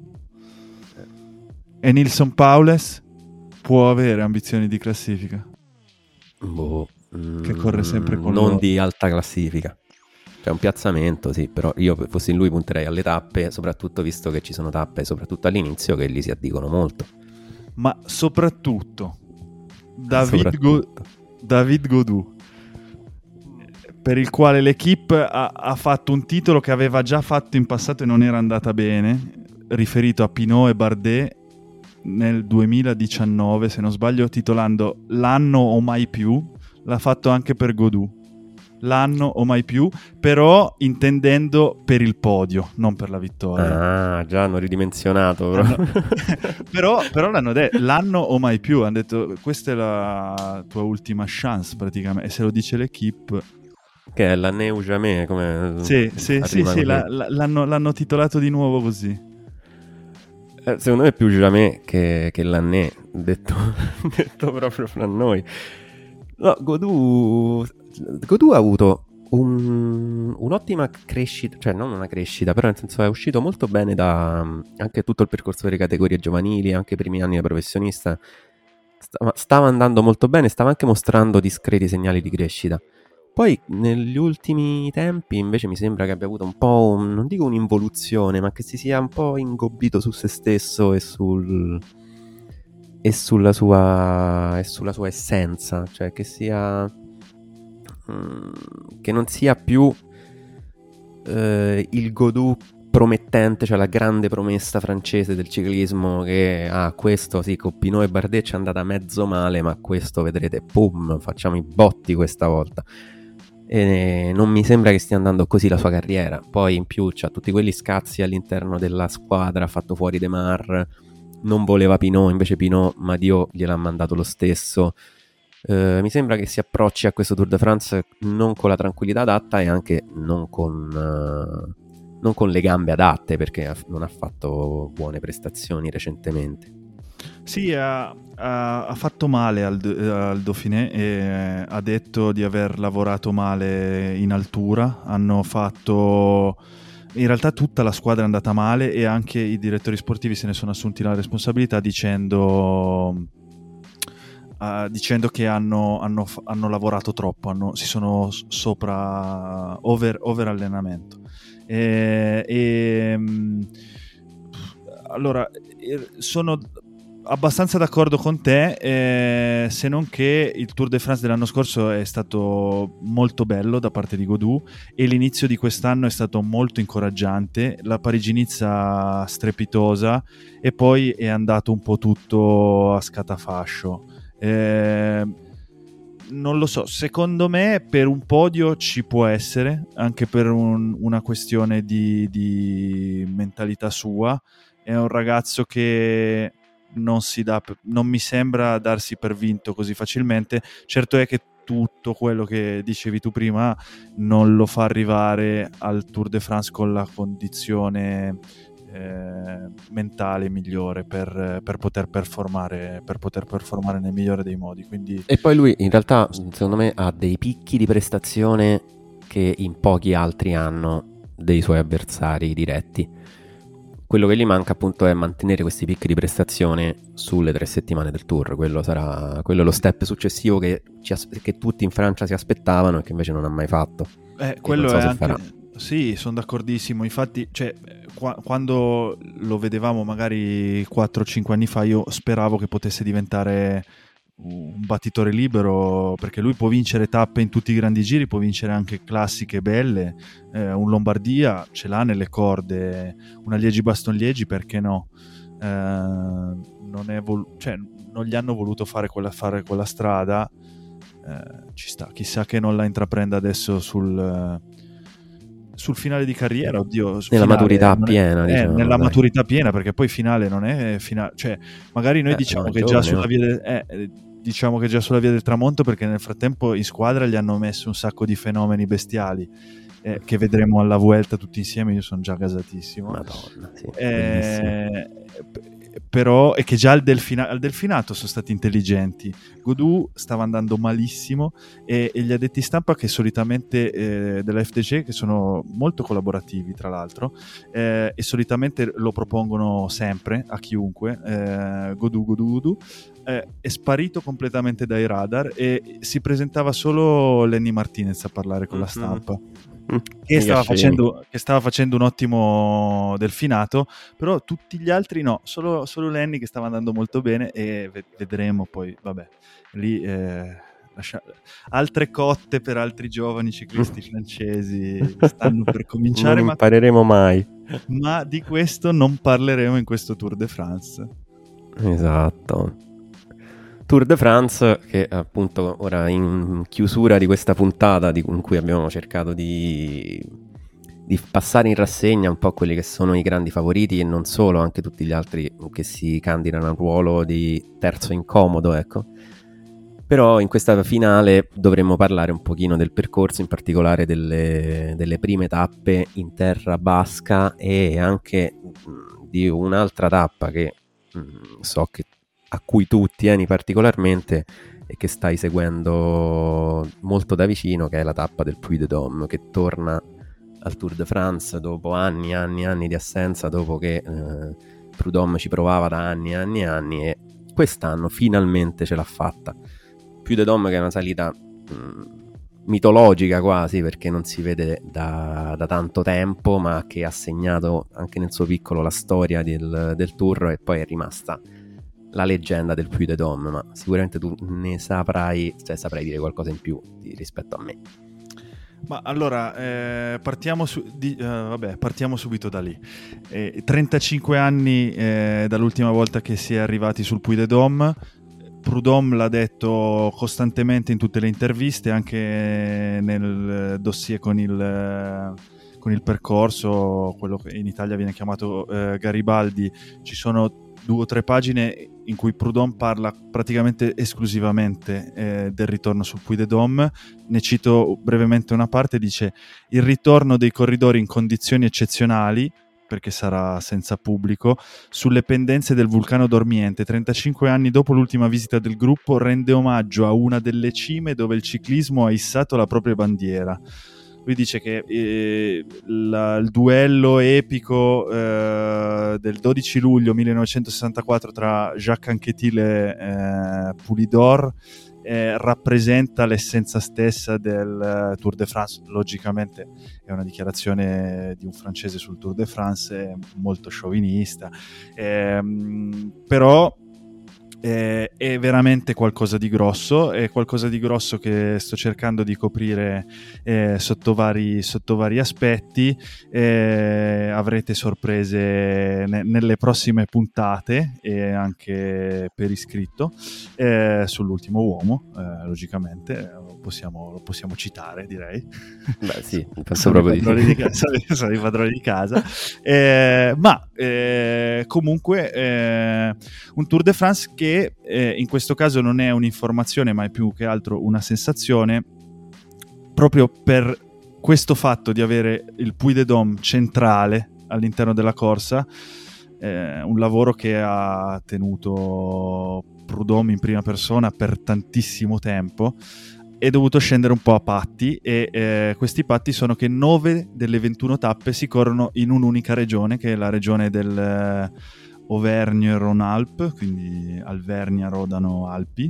E Nilsson Paules può avere ambizioni di classifica? Boh, Che corre sempre con non loro. di alta classifica. Cioè un piazzamento, sì, però io fossi lui punterei alle tappe, soprattutto visto che ci sono tappe, soprattutto all'inizio, che lì si addicono molto. Ma soprattutto David, Soprattutto. Go- David Godou, per il quale l'equipe ha, ha fatto un titolo che aveva già fatto in passato e non era andata bene, riferito a Pinot e Bardet nel duemiladiciannove, se non sbaglio, titolando L'anno o mai più. L'ha fatto anche per Godou, l'anno o mai più, però intendendo per il podio, non per la vittoria. Ah, già hanno ridimensionato. Però, Hanno- però, però l'hanno detto l'anno o mai più, hanno detto questa è la tua ultima chance praticamente, e se lo dice l'equipe. che è la Neu Jamais, come Sì, sì, sì, arriva sì, così. la- la- l'hanno, l'hanno titolato di nuovo così. Eh, secondo me è più Jamais che, che l'Année, detto, detto proprio fra noi. No, Godou, Godou ha avuto un- un'ottima crescita, cioè non una crescita, però nel senso è uscito molto bene da anche tutto il percorso delle categorie giovanili, anche i primi anni da professionista. Stava, stava andando molto bene, stava anche mostrando discreti segnali di crescita. Poi negli ultimi tempi invece mi sembra che abbia avuto un po', un- non dico un'involuzione, ma che si sia un po' ingobbito su se stesso e sul e sulla sua e sulla sua essenza, cioè che sia mm, che non sia più eh, il Godou promettente, cioè la grande promessa francese del ciclismo che ah questo sì con Pinot e Bardet ci è andata mezzo male, ma questo vedrete, pum, facciamo i botti questa volta. E non mi sembra che stia andando così la sua carriera. Poi in più c'ha tutti quelli scazzi all'interno della squadra, ha fatto fuori De Mar, non voleva Pinot, invece Pinot, ma Dio gliel'ha mandato lo stesso. Uh, mi sembra che si approcci a questo Tour de France non con la tranquillità adatta e anche non con, uh, non con le gambe adatte, perché ha, non ha fatto buone prestazioni recentemente. Sì, ha, ha, ha fatto male al, al Dauphiné e ha detto di aver lavorato male in altura. Hanno fatto... In realtà tutta la squadra è andata male e anche i direttori sportivi se ne sono assunti la responsabilità dicendo... Uh, dicendo che hanno, hanno, hanno lavorato troppo, hanno, si sono sopra over, over allenamento e, e mh, allora sono abbastanza d'accordo con te, eh, se non che il Tour de France dell'anno scorso è stato molto bello da parte di Gaudu e l'inizio di quest'anno è stato molto incoraggiante, la Parigi-Nizza strepitosa e poi è andato un po' tutto a scatafascio. Eh, non lo so, secondo me per un podio ci può essere, anche per un, una questione di, di mentalità sua. È un ragazzo che non si dà, non mi sembra darsi per vinto così facilmente. Certo è che tutto quello che dicevi tu prima non lo fa arrivare al Tour de France con la condizione Eh, mentale migliore per, per poter performare per poter performare nel migliore dei modi. Quindi... E poi lui in realtà secondo me ha dei picchi di prestazione che in pochi altri hanno dei suoi avversari diretti. Quello che gli manca appunto è mantenere questi picchi di prestazione sulle tre settimane del Tour. Quello sarà quello è lo step successivo che, ci as- che tutti in Francia si aspettavano e che invece non ha mai fatto. Eh, quello so è se anche... farà. Sì, sono d'accordissimo. Infatti, cioè, qua, quando lo vedevamo magari quattro cinque anni fa, io speravo che potesse diventare un battitore libero, perché lui può vincere tappe in tutti i grandi giri, può vincere anche classiche belle, eh, un Lombardia ce l'ha nelle corde, una Liegi-Bastogne-Liegi, perché no? Eh, non, è vol- cioè, non gli hanno voluto fare quella, fare quella strada, eh, ci sta, chissà che non la intraprenda adesso sul... sul finale di carriera, oddio, nella finale, maturità è, piena, è, diciamo, nella dai. maturità piena, perché poi finale non è finale, cioè magari noi eh, diciamo no, che giovane, già sulla no? via del, eh, diciamo che già sulla via del tramonto, perché nel frattempo in squadra gli hanno messo un sacco di fenomeni bestiali eh, che vedremo alla Vuelta tutti insieme. Io sono già gasatissimo. Madonna, sì, eh, però è che già al, delfina- al delfinato sono stati intelligenti. Gaudu stava andando malissimo e, e gli addetti stampa, che solitamente eh, della F D J, che sono molto collaborativi tra l'altro, eh, e solitamente lo propongono sempre a chiunque, eh, Gaudu, Gaudu, Gaudu, eh, è sparito completamente dai radar e si presentava solo Lenny Martinez a parlare con mm-hmm. la stampa. Che stava, facendo, che stava facendo un ottimo delfinato, però tutti gli altri no, solo, solo Lenny che stava andando molto bene, e vedremo poi, vabbè, lì eh, lascia... altre cotte per altri giovani ciclisti francesi stanno per cominciare, non impareremo ma... mai, ma di questo non parleremo in questo Tour de France. Esatto. Tour de France che appunto ora in chiusura di questa puntata di, in cui abbiamo cercato di, di passare in rassegna un po' quelli che sono i grandi favoriti e non solo, anche tutti gli altri che si candidano al ruolo di terzo incomodo, ecco. Però in questa finale dovremmo parlare un pochino del percorso, in particolare delle, delle prime tappe in terra basca e anche mh, di un'altra tappa che mh, so che a cui tu tieni particolarmente e che stai seguendo molto da vicino, che è la tappa del Puy-de-Dôme, che torna al Tour de France dopo anni e anni e anni di assenza, dopo che eh, Prudhomme ci provava da anni e anni e anni, e quest'anno finalmente ce l'ha fatta. Puy-de-Dôme, che è una salita mh, mitologica quasi, perché non si vede da, da tanto tempo, ma che ha segnato anche nel suo piccolo la storia del, del Tour, e poi è rimasta la leggenda del Puy-de-Dôme, ma sicuramente tu ne saprai, cioè saprai dire qualcosa in più di, rispetto a me. Ma allora, eh, partiamo, su, di, uh, vabbè, partiamo subito da lì. Eh, trentacinque anni eh, dall'ultima volta che si è arrivati sul Puy-de-Dôme. Prudhomme l'ha detto costantemente in tutte le interviste, anche nel dossier con il... con il percorso, quello che in Italia viene chiamato eh, Garibaldi. Ci sono due o tre pagine in cui Prudhomme parla praticamente esclusivamente eh, del ritorno sul Puy de Dôme. Ne cito brevemente una parte, dice: il ritorno dei corridori in condizioni eccezionali, perché sarà senza pubblico, sulle pendenze del vulcano dormiente, trentacinque anni dopo l'ultima visita del gruppo, rende omaggio a una delle cime dove il ciclismo ha issato la propria bandiera. Lui dice che eh, la, il duello epico eh, del dodici luglio millenovecentosessantaquattro tra Jacques Anquetil e eh, Poulidor eh, rappresenta l'essenza stessa del uh, Tour de France. Logicamente è una dichiarazione di un francese sul Tour de France molto sciovinista, ehm, però Eh, è veramente qualcosa di grosso, è qualcosa di grosso che sto cercando di coprire eh, sotto, vari, sotto vari aspetti. Eh, avrete sorprese ne- nelle prossime puntate e anche per iscritto eh, sull'ultimo uomo, eh, logicamente lo possiamo, lo possiamo citare, direi. Beh sì, penso sono proprio i di sì. di casa, sono i padroni di casa, eh, ma eh, comunque eh, un Tour de France che Eh, in questo caso non è un'informazione ma è più che altro una sensazione, proprio per questo fatto di avere il Puy de Dôme centrale all'interno della corsa, eh, un lavoro che ha tenuto Prudhomme in prima persona per tantissimo tempo. È dovuto scendere un po' a patti e eh, questi patti sono che nove delle ventuno tappe si corrono in un'unica regione, che è la regione del eh, Auvergne-Rhône-Alpes, quindi Alvernia, Rodano, Alpi,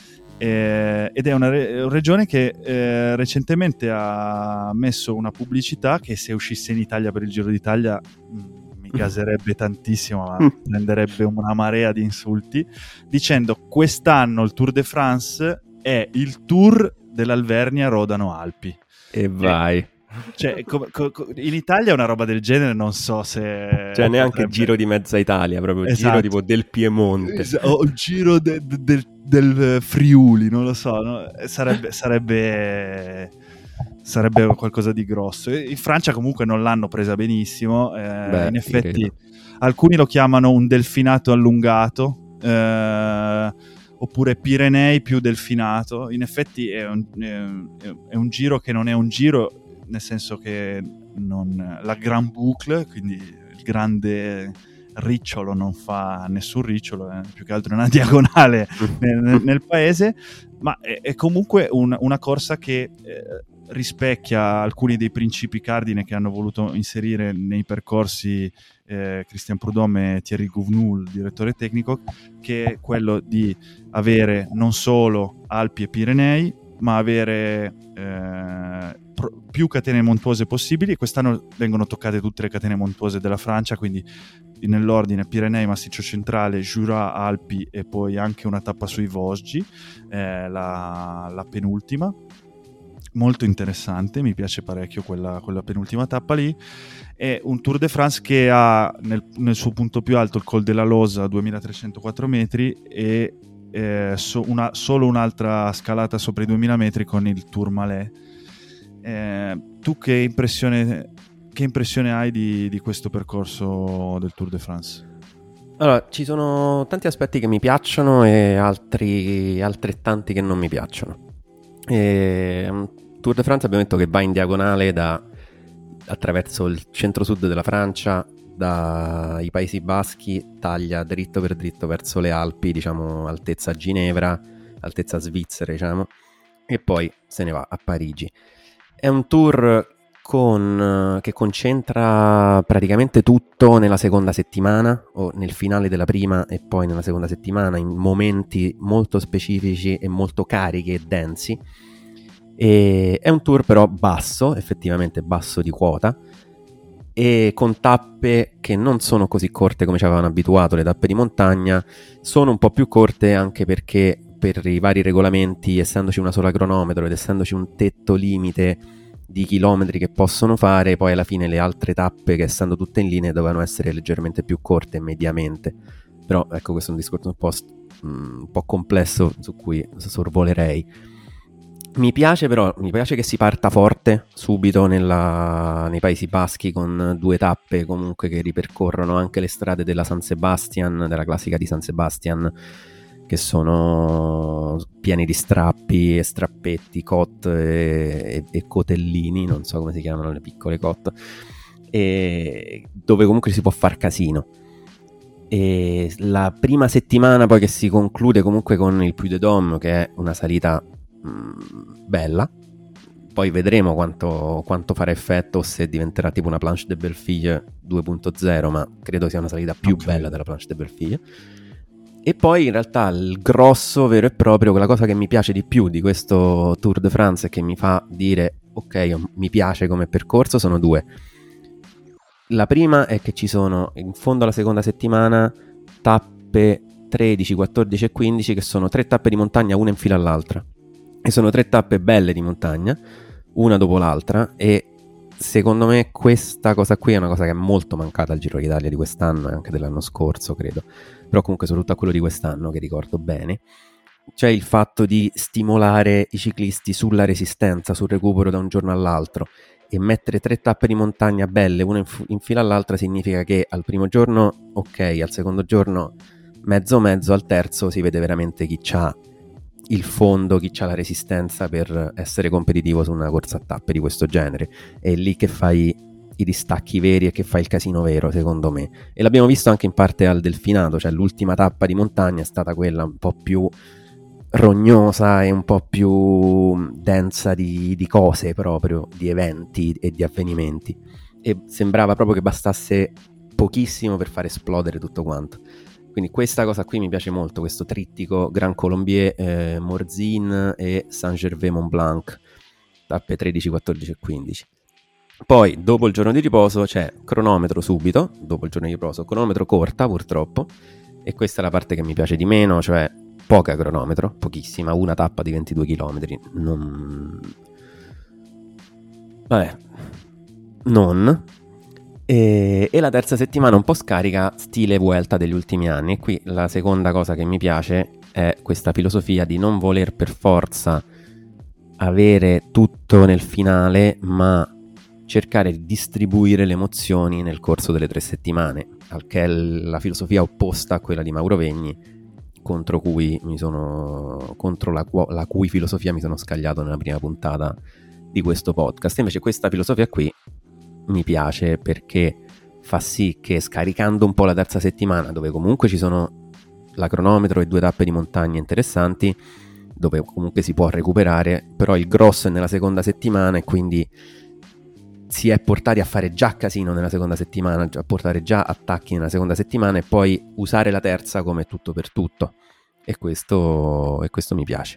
eh, ed è una, re- una regione che eh, recentemente ha messo una pubblicità che, se uscisse in Italia per il Giro d'Italia, mh, mi gaserebbe tantissimo, ma prenderebbe una marea di insulti, dicendo: quest'anno il Tour de France è il tour dell'Alvernia Rodano Alpi. E vai. Cioè, co- co- in Italia una roba del genere non so se... Cioè neanche potrebbe... giro di mezza Italia, proprio Esatto. Giro tipo del Piemonte. Es- o il giro de- de- del, del Friuli, non lo so, no? sarebbe, sarebbe sarebbe qualcosa di grosso. In Francia comunque non l'hanno presa benissimo, eh, Beh, in effetti credo. alcuni lo chiamano un delfinato allungato, eh, oppure Pirenei più delfinato. In effetti è un, è un giro che non è un giro, nel senso che non, la Grand Boucle, quindi il grande ricciolo, non fa nessun ricciolo, eh, più che altro è una diagonale nel, nel, nel paese, ma è, è comunque un, una corsa che eh, rispecchia alcuni dei principi cardine che hanno voluto inserire nei percorsi eh, Christian Prudhomme e Thierry Gouvenou, il direttore tecnico, che è quello di avere non solo Alpi e Pirenei, ma avere eh, pro- più catene montuose possibili. Quest'anno vengono toccate tutte le catene montuose della Francia, quindi nell'ordine Pirenei, Massiccio Centrale, Jura, Alpi e poi anche una tappa sui Vosgi, eh, la, la penultima. Molto interessante, mi piace parecchio quella, quella penultima tappa lì. È un Tour de France che ha nel, nel suo punto più alto il Col della Losa a duemilatrecentoquattro metri e eh, so, una, solo un'altra scalata sopra i duemila metri con il Tourmalet. Eh, tu che impressione, che impressione hai di, di questo percorso del Tour de France? Allora, ci sono tanti aspetti che mi piacciono e altri altrettanti che non mi piacciono. E un Tour de France, abbiamo detto, che va in diagonale da, attraverso il centro-sud della Francia, dai Paesi Baschi, taglia dritto per dritto verso le Alpi, diciamo altezza Ginevra, altezza Svizzera, diciamo, e poi se ne va a Parigi. È un tour con, che concentra praticamente tutto nella seconda settimana o nel finale della prima e poi nella seconda settimana, in momenti molto specifici e molto carichi e densi. E è un tour però basso, effettivamente basso di quota, e con tappe che non sono così corte come ci avevano abituato le tappe di montagna. Sono un po' più corte anche perché per i vari regolamenti, essendoci una sola cronometro ed essendoci un tetto limite di chilometri che possono fare, poi alla fine le altre tappe, che essendo tutte in linea, dovevano essere leggermente più corte mediamente. Però ecco, questo è un discorso un po', st- un po' complesso su cui sorvolerei. Mi piace però, mi piace che si parta forte subito nella, nei Paesi Baschi con due tappe comunque che ripercorrono anche le strade della San Sebastian, della classica di San Sebastian, che sono pieni di strappi e strappetti, cot e, e, e cotellini, non so come si chiamano le piccole cot, e dove comunque si può far casino. E la prima settimana poi che si conclude comunque con il Puy de Dôme, che è una salita mh, bella, poi vedremo quanto, quanto farà effetto o se diventerà tipo una Planche de Bellefille due punto zero, ma credo sia una salita più okay. bella della Planche de Bellefille. E poi in realtà il grosso vero e proprio, quella cosa che mi piace di più di questo Tour de France e che mi fa dire ok, mi piace come percorso, sono due. La prima è che ci sono in fondo alla seconda settimana tappe tredici, quattordici e quindici, che sono tre tappe di montagna una in fila all'altra, e sono tre tappe belle di montagna una dopo l'altra, e secondo me questa cosa qui è una cosa che è molto mancata al Giro d'Italia di quest'anno e anche dell'anno scorso credo, però comunque soprattutto a quello di quest'anno che ricordo bene, cioè il fatto di stimolare i ciclisti sulla resistenza, sul recupero da un giorno all'altro. E mettere tre tappe di montagna belle una in, f- in fila all'altra significa che al primo giorno ok, al secondo giorno mezzo mezzo, al terzo si vede veramente chi c'ha il fondo, chi c'ha la resistenza per essere competitivo su una corsa a tappe di questo genere. È lì che fai i distacchi veri e che fai il casino vero, secondo me, e l'abbiamo visto anche in parte al Delfinato, cioè l'ultima tappa di montagna è stata quella un po' più rognosa e un po' più densa di, di cose, proprio di eventi e di avvenimenti, e sembrava proprio che bastasse pochissimo per far esplodere tutto quanto. Quindi questa cosa qui mi piace molto, questo trittico Grand Colombier, eh, Morzine e Saint-Gervais-Mont Blanc, tappe tredici, quattordici e quindici. Poi dopo il giorno di riposo c'è cronometro subito, dopo il giorno di riposo cronometro corta purtroppo, e questa è la parte che mi piace di meno, cioè poca cronometro, pochissima, una tappa di ventidue chilometri, non... vabbè, non... E, e la terza settimana un po' scarica, stile Vuelta degli ultimi anni, e qui la seconda cosa che mi piace è questa filosofia di non voler per forza avere tutto nel finale, ma cercare di distribuire le emozioni nel corso delle tre settimane, al che è la filosofia opposta a quella di Mauro Vegni, contro cui mi sono contro la, la cui filosofia mi sono scagliato nella prima puntata di questo podcast. Invece questa filosofia qui mi piace perché fa sì che, scaricando un po' la terza settimana, dove comunque ci sono la cronometro e due tappe di montagna interessanti, dove comunque si può recuperare, però il grosso è nella seconda settimana, e quindi si è portati a fare già casino nella seconda settimana, a portare già attacchi nella seconda settimana, e poi usare la terza come tutto per tutto, e questo, e questo mi piace.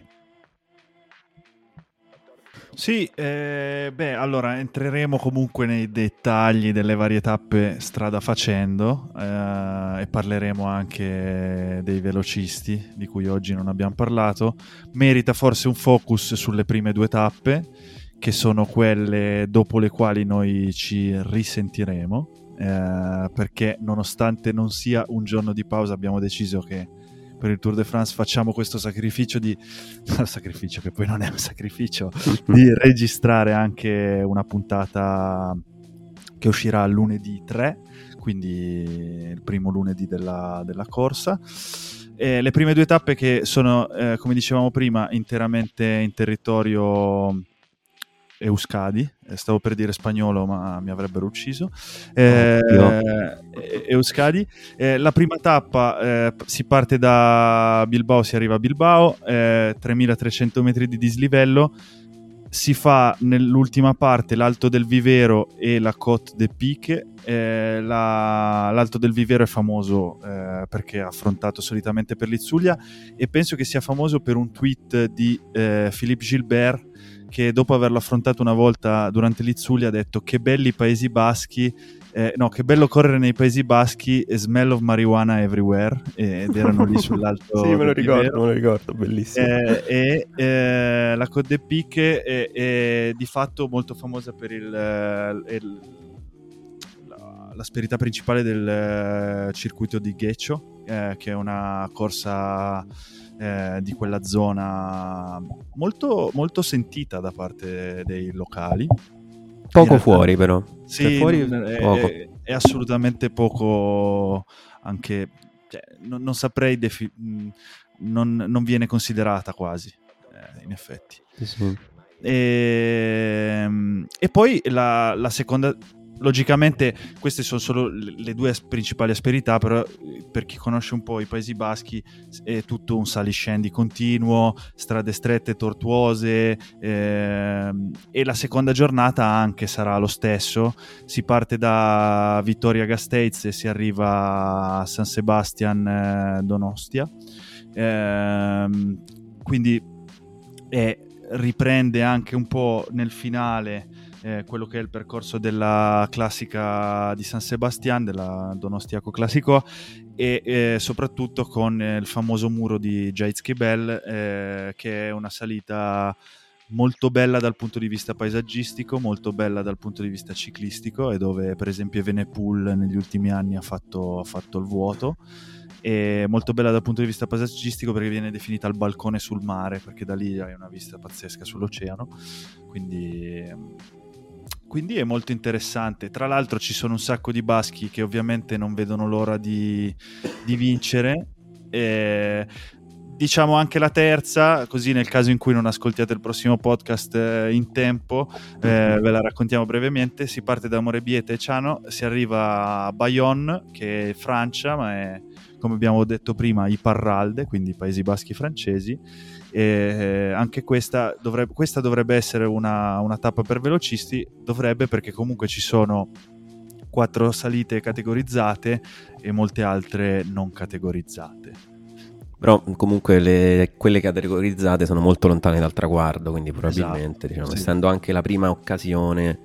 Sì, eh, beh, allora entreremo comunque nei dettagli delle varie tappe strada facendo, eh, e parleremo anche dei velocisti di cui oggi non abbiamo parlato. Merita forse un focus sulle prime due tappe, che sono quelle dopo le quali noi ci risentiremo, eh, perché nonostante non sia un giorno di pausa, abbiamo deciso che per il Tour de France facciamo questo sacrificio di sacrificio che poi non è un sacrificio di registrare anche una puntata che uscirà lunedì tre, quindi il primo lunedì della, della corsa. E le prime due tappe, che sono, eh, come dicevamo prima, interamente in territorio Euskadi, stavo per dire spagnolo ma mi avrebbero ucciso, eh, Euskadi. Eh, la prima tappa, eh, si parte da Bilbao, si arriva a Bilbao, eh, tremilatrecento metri di dislivello, si fa nell'ultima parte l'Alto del Vivero e la Côte des Pics. Eh, la, l'Alto del Vivero è famoso eh, perché è affrontato solitamente per l'Itzulia, e penso che sia famoso per un tweet di eh, Philippe Gilbert, che dopo averlo affrontato una volta durante l'Itzulia ha detto: che belli Paesi Baschi, eh, no, che bello correre nei Paesi Baschi, e smell of marijuana everywhere, ed erano lì sull'alto. Sì, me lo ricordo, me lo ricordo, bellissimo. Eh, e eh, la Côte des Pics è, è di fatto molto famosa per il, il, la, l'asperità principale del circuito di ghiaccio, eh, che è una corsa eh, di quella zona molto, molto sentita da parte dei locali. Poco realtà, fuori però. Sì, cioè, fuori è, poco. È, è assolutamente poco, anche cioè, non, non saprei defi- non, non viene considerata quasi, eh, in effetti. Sì, sì. E, e poi la, la seconda, logicamente queste sono solo le due principali asperità, però per chi conosce un po' i Paesi Baschi è tutto un saliscendi continuo, strade strette, tortuose, ehm, e la seconda giornata anche sarà lo stesso. Si parte da Vitoria-Gasteiz e si arriva a San Sebastian eh, Donostia, ehm, quindi è riprende anche un po' nel finale eh, quello che è il percorso della classica di San Sebastian, della Donostiaco Classico, e eh, soprattutto con eh, il famoso muro di Jaizkibel, eh, che è una salita molto bella dal punto di vista paesaggistico, molto bella dal punto di vista ciclistico, e dove per esempio Evenepoel negli ultimi anni ha fatto, ha fatto il vuoto. È molto bella dal punto di vista paesaggistico perché viene definita il balcone sul mare, perché da lì hai una vista pazzesca sull'oceano, quindi, quindi è molto interessante. Tra l'altro ci sono un sacco di baschi che ovviamente non vedono l'ora di, di vincere, e diciamo anche la terza, così nel caso in cui non ascoltiate il prossimo podcast eh, in tempo, eh, ve la raccontiamo brevemente. Si parte da Morebieta e Ciano, si arriva a Bayonne, che è Francia, ma è, come abbiamo detto prima, i Parralde, quindi i Paesi Baschi francesi, e eh, anche questa dovrebbe, questa dovrebbe essere una, una tappa per velocisti, dovrebbe, perché comunque ci sono quattro salite categorizzate e molte altre non categorizzate. Però comunque le, quelle categorizzate sono molto lontane dal traguardo, quindi probabilmente, esatto, diciamo, sì. essendo anche la prima occasione,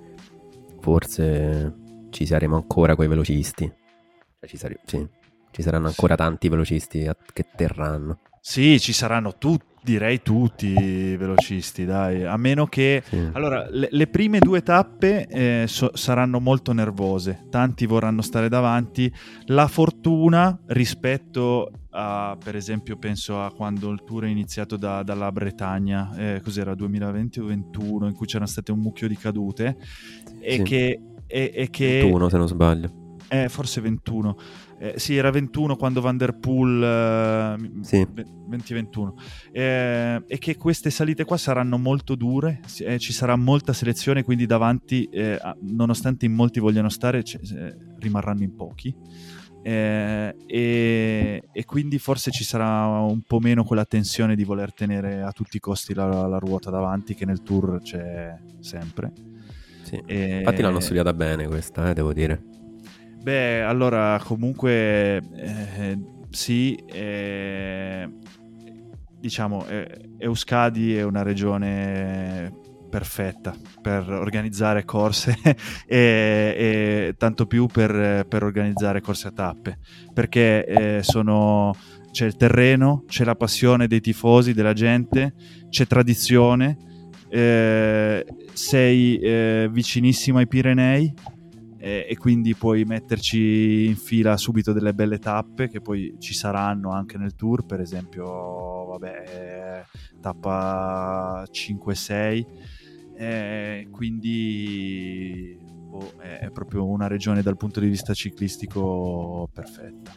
forse ci saremo ancora coi velocisti. Ci, sare- sì, ci saranno ancora sì. tanti velocisti a- che terranno. Sì, ci saranno tutti, direi tutti i velocisti, dai, a meno che... Sì. Allora, le, le prime due tappe eh, so, saranno molto nervose, tanti vorranno stare davanti. La fortuna rispetto a, per esempio, penso a quando il tour è iniziato da, dalla Bretagna, eh, cos'era, duemilaventi o ventuno, in cui c'erano state un mucchio di cadute, e sì. che... E, e che ventuno se non sbaglio. Eh, forse ventuno. Eh, sì, era ventuno quando Van der Poel eh, sì. venti ventuno, eh, e che queste salite qua saranno molto dure, eh, ci sarà molta selezione, quindi davanti eh, nonostante in molti vogliano stare c- eh, rimarranno in pochi, eh, e, e quindi forse ci sarà un po' meno quella tensione di voler tenere a tutti i costi la, la ruota davanti, che nel Tour c'è sempre. Sì. E... infatti l'hanno studiata bene questa, eh, devo dire. Beh, allora comunque eh, sì, eh, diciamo eh, Euskadi è una regione perfetta per organizzare corse e, e tanto più per, per organizzare corse a tappe, perché eh, sono, c'è il terreno, c'è la passione dei tifosi, della gente, c'è tradizione, eh, sei eh, vicinissimo ai Pirenei, e quindi puoi metterci in fila subito delle belle tappe che poi ci saranno anche nel tour, per esempio vabbè tappa cinque sei, eh, quindi boh, è, è proprio una regione dal punto di vista ciclistico perfetta.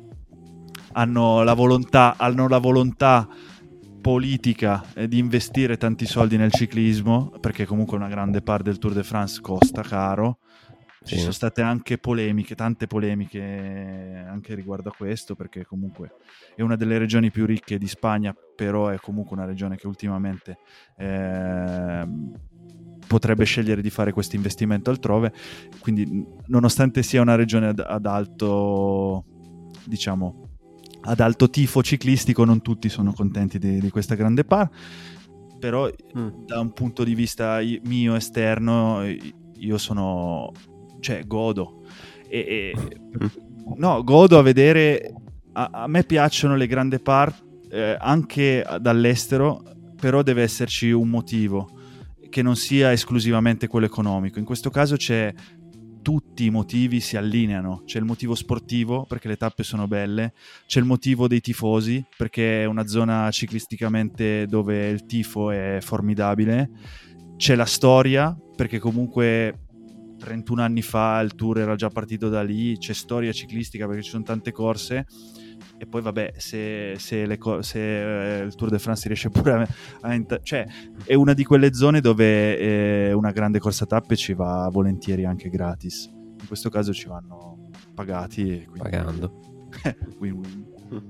Hanno la volontà hanno la volontà politica eh, di investire tanti soldi nel ciclismo, perché comunque una grande parte del Tour de France costa caro. Ci sì. sono state anche polemiche, tante polemiche anche riguardo a questo, perché comunque è una delle regioni più ricche di Spagna, però è comunque una regione che ultimamente eh, potrebbe scegliere di fare questo investimento altrove, quindi nonostante sia una regione ad, ad alto, diciamo, ad alto tifo ciclistico, non tutti sono contenti di, di questa grande par, però mm. da un punto di vista mio esterno io sono... cioè godo e, e, no, godo a vedere, a, a me piacciono le grandi par eh, anche dall'estero, però deve esserci un motivo che non sia esclusivamente quello economico. In questo caso c'è tutti i motivi si allineano. C'è il motivo sportivo, perché le tappe sono belle, c'è il motivo dei tifosi, perché è una zona ciclisticamente dove il tifo è formidabile, c'è la storia, perché comunque trentuno anni fa il Tour era già partito da lì, c'è storia ciclistica perché ci sono tante corse, e poi vabbè, se, se, le co- se eh, il Tour de France riesce pure a, a ent- cioè è una di quelle zone dove eh, una grande corsa tappe ci va volentieri anche gratis. In questo caso ci vanno pagati e quindi... pagando. Win-win.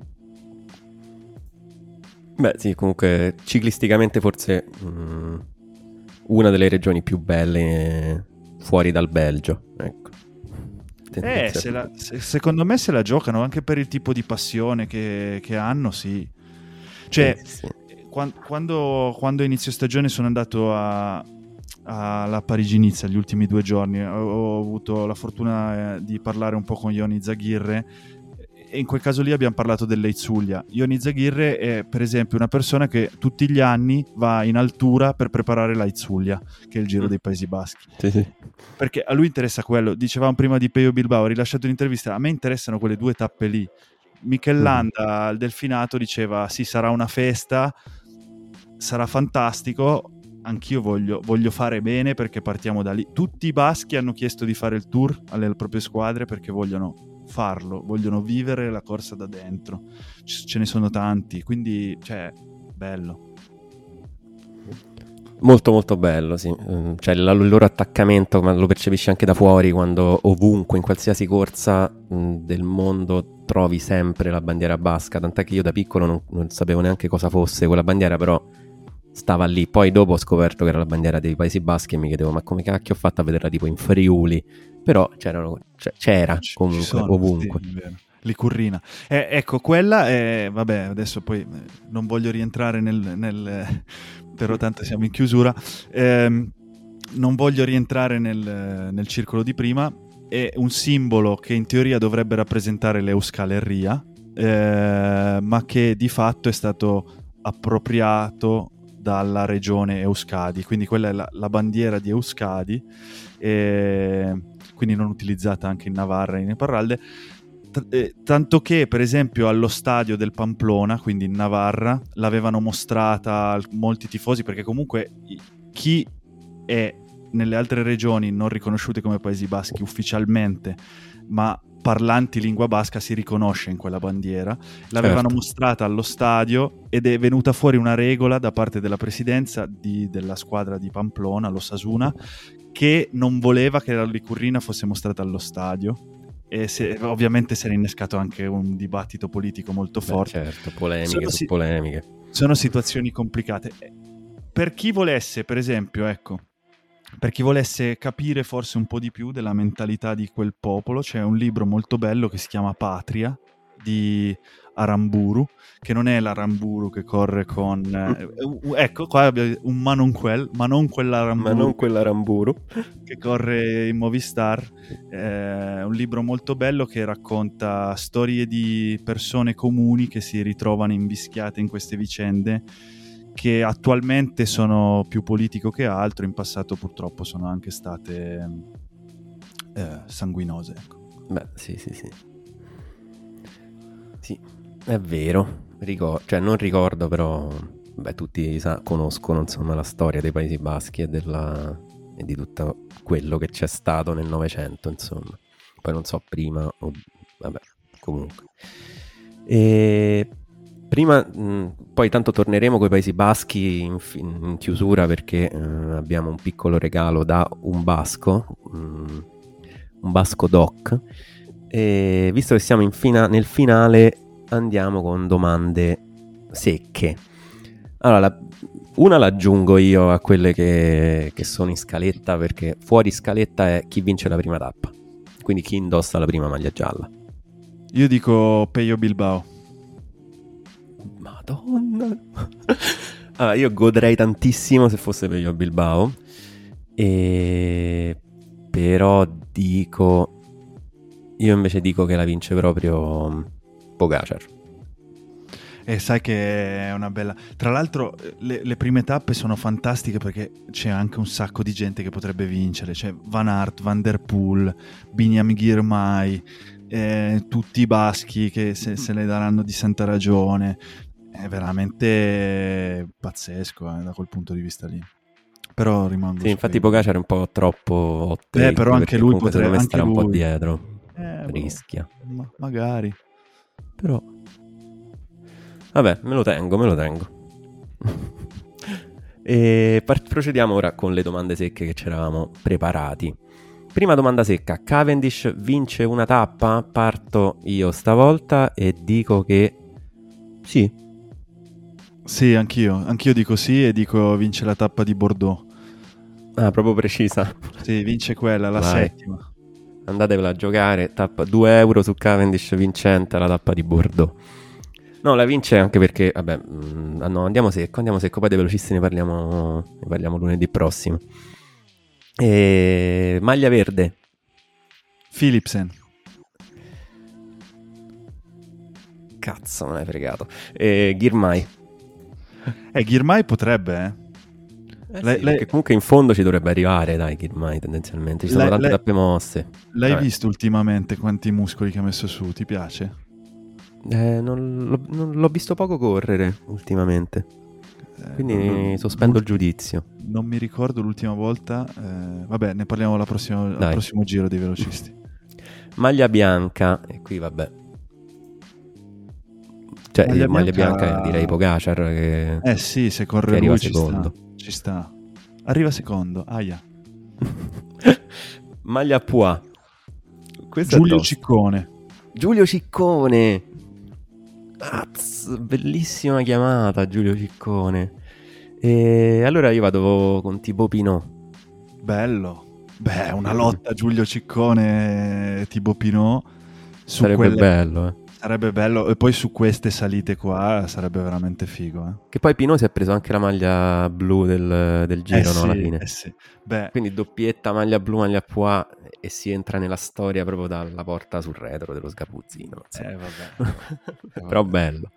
Beh sì, comunque ciclisticamente forse mh, una delle regioni più belle fuori dal Belgio, ecco. Eh, se la, se, secondo me se la giocano anche per il tipo di passione che, che hanno, sì. Cioè, sì, sì. Quando, quando inizio stagione sono andato a, alla Parigi-Nizza gli ultimi due giorni, ho, ho avuto la fortuna eh, di parlare un po' con Ioni Zaghirre, e in quel caso lì abbiamo parlato dell'Eizulia. Ioni Zaghirre è per esempio una persona che tutti gli anni va in altura per preparare l'Eizulia, che è il Giro mm. dei Paesi Baschi. Sì, sì. Perché a lui interessa quello. Dicevamo prima di Peyo Bilbao, ho rilasciato un'intervista, a me interessano quelle due tappe lì. Michel Landa al Delfinato diceva sì, sarà una festa, sarà fantastico, anch'io voglio, voglio fare bene perché partiamo da lì. Tutti i baschi hanno chiesto di fare il tour alle proprie squadre perché vogliono farlo, vogliono vivere la corsa da dentro. C- ce ne sono tanti, quindi cioè bello. Molto molto bello, sì. Cioè il loro attaccamento, ma lo percepisci anche da fuori, quando ovunque, in qualsiasi corsa mh, del mondo trovi sempre la bandiera basca, tant'è che io da piccolo non, non sapevo neanche cosa fosse quella bandiera, però stava lì. Poi dopo ho scoperto che era la bandiera dei Paesi Baschi e mi chiedevo ma come cacchio ho fatto a vederla tipo in Friuli, però c'erano, c- c'era comunque sono, ovunque. Sì, Licurrina. Eh, ecco, quella è, vabbè, adesso poi non voglio rientrare nel, nel però tanto siamo in chiusura, eh, non voglio rientrare nel, nel circolo di prima. È un simbolo che in teoria dovrebbe rappresentare l'Euskal-Herria, eh, ma che di fatto è stato appropriato dalla regione Euskadi, quindi quella è la, la bandiera di Euskadi, eh, quindi non utilizzata anche in Navarra e in Iparralde. T- tanto che per esempio allo stadio del Pamplona, quindi in Navarra, l'avevano mostrata a molti tifosi, perché comunque chi è nelle altre regioni non riconosciute come Paesi Baschi ufficialmente ma parlanti lingua basca si riconosce in quella bandiera, l'avevano certo. mostrata allo stadio ed è venuta fuori una regola da parte della presidenza di, della squadra di Pamplona, l'Osasuna, che non voleva che la Licurrina fosse mostrata allo stadio. E se, ovviamente si era innescato anche un dibattito politico molto forte. Beh, certo, polemiche sono, su polemiche. Sono situazioni complicate. Per chi volesse, per esempio, ecco, per chi volesse capire forse un po' di più della mentalità di quel popolo, c'è un libro molto bello che si chiama Patria, di Aramburu, che non è l'Aramburu che corre con... Eh, ecco, qua abbiamo un Manonquel, ma non quell'Aramburu. Ma non quell'Aramburu. Che corre in Movistar. È un libro molto bello che racconta storie di persone comuni che si ritrovano invischiate in queste vicende, che attualmente sono più politico che altro, in passato purtroppo sono anche state eh, sanguinose. Ecco. Beh, sì, sì, sì. Sì, è vero. Ricor- cioè, non ricordo, però beh, tutti sa- conoscono insomma la storia dei Paesi Baschi e, della- e di tutto quello che c'è stato nel Novecento, insomma. Poi non so prima, o... vabbè, comunque. E... Prima, mh, poi tanto torneremo con i Paesi Baschi in, fi- in chiusura, perché eh, abbiamo un piccolo regalo da un basco, mh, un basco doc, e visto che siamo in fina- nel finale andiamo con domande secche. Allora, la, una l'aggiungo io a quelle che, che sono in scaletta, perché fuori scaletta è chi vince la prima tappa, quindi chi indossa la prima maglia gialla. Io dico Peyo Bilbao. Madonna. Allora, io godrei tantissimo se fosse per io Bilbao, e... però dico, io invece dico che la vince proprio Pogačar. E sai che è una bella... Tra l'altro le, le prime tappe sono fantastiche perché c'è anche un sacco di gente che potrebbe vincere. C'è Van Aert, Van der Poel, Binyam Girmay, eh, tutti i baschi che se, se ne daranno di santa ragione. È veramente pazzesco eh, da quel punto di vista lì. Però rimango... Sì, infatti Pogacar è un po' troppo hot take, eh, però anche lui potrebbe... Anche stare un lui. po' dietro. Eh, rischia. Ma, magari. Però... Vabbè, me lo tengo, me lo tengo. E par- procediamo ora con le domande secche che ci eravamo preparati. Prima domanda secca: Cavendish vince una tappa? Parto io stavolta e dico che sì. Sì, anch'io. Anch'io dico sì e dico vince la tappa di Bordeaux. Ah, proprio precisa. Sì, vince quella, la Vai. settima. Andatevela a giocare, tappa due euro su Cavendish vincente la tappa di Bordeaux. No, la vince anche perché, vabbè, mh, no, andiamo secco, andiamo secco, poi dei velocisti ne parliamo, ne parliamo lunedì prossimo. E... maglia verde. Philipsen. Cazzo, me l'hai fregato. E Girmay. Eh, Girmay potrebbe, eh. Eh lei, sì, lei... perché comunque in fondo ci dovrebbe arrivare, dai, Girmay tendenzialmente. Ci sono lei, tante lei... tappe mosse. L'hai Vabbè. visto ultimamente quanti muscoli che ha messo su? Ti piace? Eh, non, l'ho, non l'ho visto poco correre ultimamente. Eh, Quindi non, sospendo non, il giudizio. Non mi ricordo l'ultima volta. Eh, vabbè, ne parliamo alla prossima, al prossimo giro dei velocisti. Maglia bianca. E qui vabbè. Cioè, maglia, maglia bianca, bianca direi Pogacar. Che, eh sì, se corre che arriva lui secondo. Ci sta, ci sta. Arriva secondo. Aia. Maglia Pua. Giulio Ciccone. Giulio Ciccone. Azz, bellissima chiamata, Giulio Ciccone. E allora io vado con Thibaut Pinot. Bello. Beh, una lotta Giulio Ciccone e Thibaut Pinot. Su sarebbe quelle... bello, eh. Sarebbe bello. E poi su queste salite qua sarebbe veramente figo, eh. Che poi Pinot si è preso anche la maglia blu del, del giro, eh no? Sì, alla fine. Eh sì. Beh. Quindi doppietta, maglia blu, maglia Pua, e si entra nella storia proprio dalla porta sul retro dello sgabuzzino. Eh, vabbè. eh, Però vabbè. bello.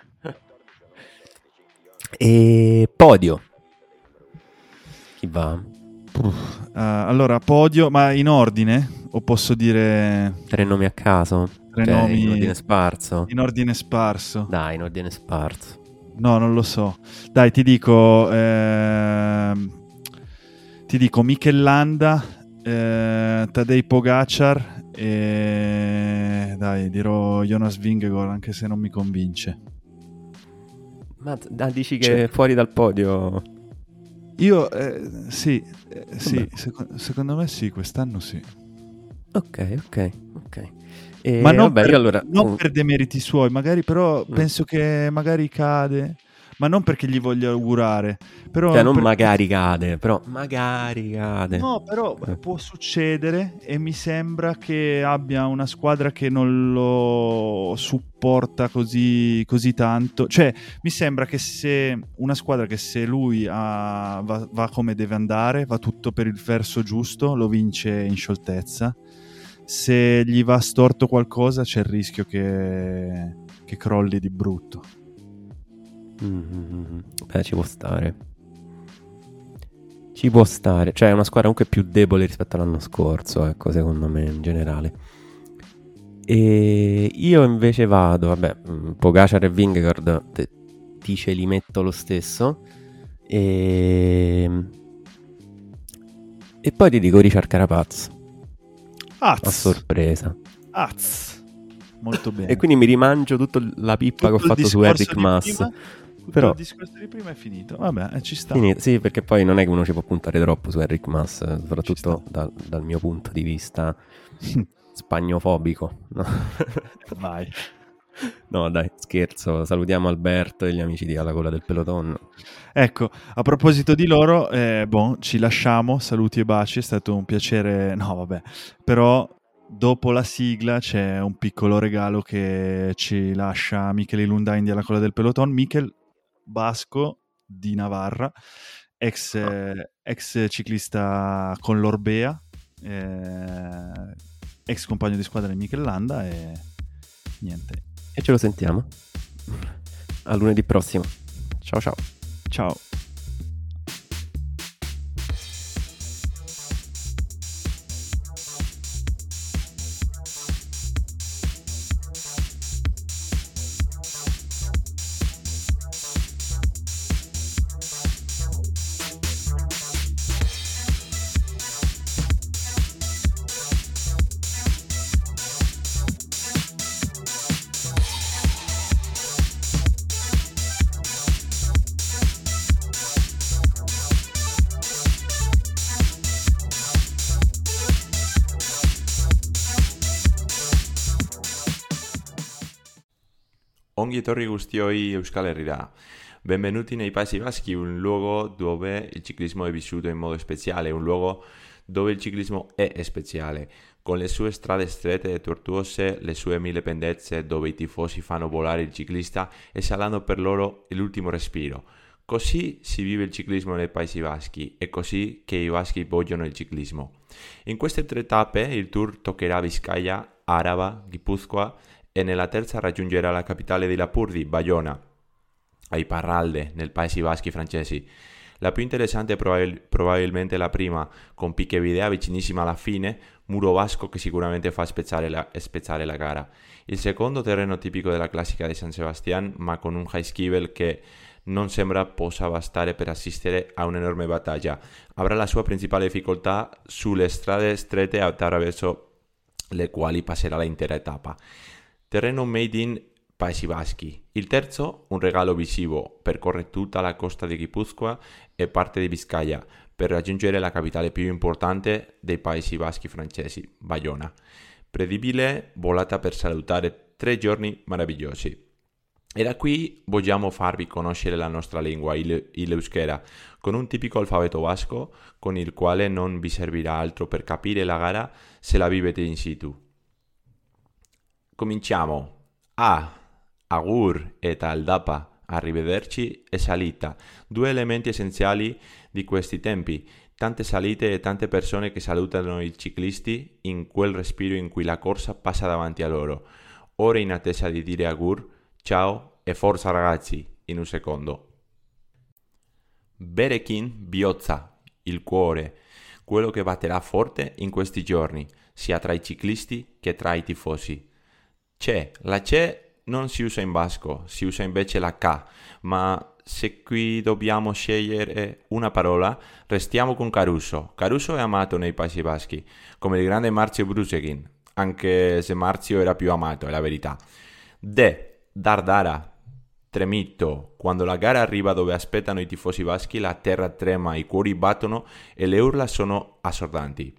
E podio. Chi va? Uh, allora, podio, ma in ordine? O posso dire... Tre nomi a caso? Tre cioè, nomi... in ordine sparso? In ordine sparso. Dai, in ordine sparso. No, non lo so. Dai, ti dico... Ehm... Ti dico Mikel Landa, eh, Tadej Pogacar e... Dai, dirò Jonas Vingegaard, anche se non mi convince. Ma ah, dici che cioè, fuori dal podio... Io, eh, sì, eh, sì seco- secondo me sì, quest'anno sì. Ok, ok, ok. E Ma non, vabbè, per, io allora... non per demeriti suoi, magari però mm. penso che magari cade... Ma non perché gli voglio augurare, però cioè non per... magari cade, però magari cade. No, però eh. può succedere e mi sembra che abbia una squadra che non lo supporta così, così tanto. Cioè, mi sembra che se una squadra che se lui ha, va, va come deve andare, va tutto per il verso giusto, lo vince in scioltezza. Se gli va storto qualcosa c'è il rischio che, che crolli di brutto. Mm-hmm. Beh, ci può stare. Ci può stare. Cioè è una squadra comunque più debole rispetto all'anno scorso, ecco, secondo me in generale. E io invece vado, vabbè, Pogacar e Vingegaard te, ti ce li metto lo stesso. E E poi ti dico Richard Carapaz. Az. A sorpresa. Az. Molto bene. E quindi mi rimangio tutta la pippa tutto che ho fatto su Enric Mas. Prima, però il discorso di prima è finito. Vabbè, ci sta. Finito. Sì, perché poi non è che uno ci può puntare troppo su Enric Mas, soprattutto da, dal mio punto di vista spagnofobico. No? Vai. No, dai, scherzo. Salutiamo Alberto e gli amici di Alla Colla del Peloton. Ecco, a proposito di loro, eh, bon, ci lasciamo. Saluti e baci. È stato un piacere. No, vabbè, però. Dopo la sigla c'è un piccolo regalo che ci lascia Michele Lundain di Alla Colla del Peloton. Michel Basco di Navarra, ex, eh, ex ciclista con l'Orbea, eh, ex compagno di squadra di Mikel Landa e niente. E ce lo sentiamo. A lunedì prossimo. Ciao ciao. Ciao. Ongi etorri guztioi Euskal Herrira. Benvenuti nei Paesi Baschi, un luogo dove il ciclismo è vissuto in modo speciale, un luogo dove il ciclismo è speciale, con le sue strade strette e tortuose, le sue mille pendenze dove i tifosi fanno volare il ciclista esalando per loro l'ultimo respiro. Così si vive il ciclismo nei Paesi Baschi, è così che i baschi vogliono il ciclismo. In queste tre tappe il tour toccherà Vizcaya, Araba, Gipuzkoa e nella terza raggiungerà la capitale di Lapurdi, Bayona, a Iparralde, nel Paesi Baschi francesi. La più interessante è probabil- probabilmente la prima, con Piquevidea vicinissima alla fine, muro basco che sicuramente fa spezzare la, spezzare la gara. Il secondo terreno tipico della classica di San Sebastián, ma con un highskivel che non sembra possa bastare per assistere a un'enorme battaglia. Avrà la sua principale difficoltà sulle strade strette attraverso le quali passerà l'intera tappa. Terreno made in Paesi Baschi. Il terzo, un regalo visivo, percorre tutta la costa di Gipuzkoa e parte di Vizcaya per raggiungere la capitale più importante dei Paesi Baschi francesi, Bayona. Predibile volata per salutare tre giorni meravigliosi. E da qui vogliamo farvi conoscere la nostra lingua, il, il euskera, con un tipico alfabeto basco con il quale non vi servirà altro per capire la gara se la vivete in situ. Cominciamo. A. Agur et aldapa, arrivederci e salita, due elementi essenziali di questi tempi, tante salite e tante persone che salutano i ciclisti in quel respiro in cui la corsa passa davanti a loro, ore in attesa di dire agur, ciao e forza ragazzi in un secondo. Berekin Biozza, il cuore, quello che batterà forte in questi giorni, sia tra i ciclisti che tra i tifosi. C'è, la c'è non si usa in basco, si usa invece la K, ma se qui dobbiamo scegliere una parola, restiamo con Caruso. Caruso è amato nei Paesi Baschi, come il grande Marzio Bruseghin, anche se Marzio era più amato, è la verità. De, Dardara, tremito. Quando la gara arriva dove aspettano i tifosi baschi, la terra trema, i cuori battono e le urla sono assordanti.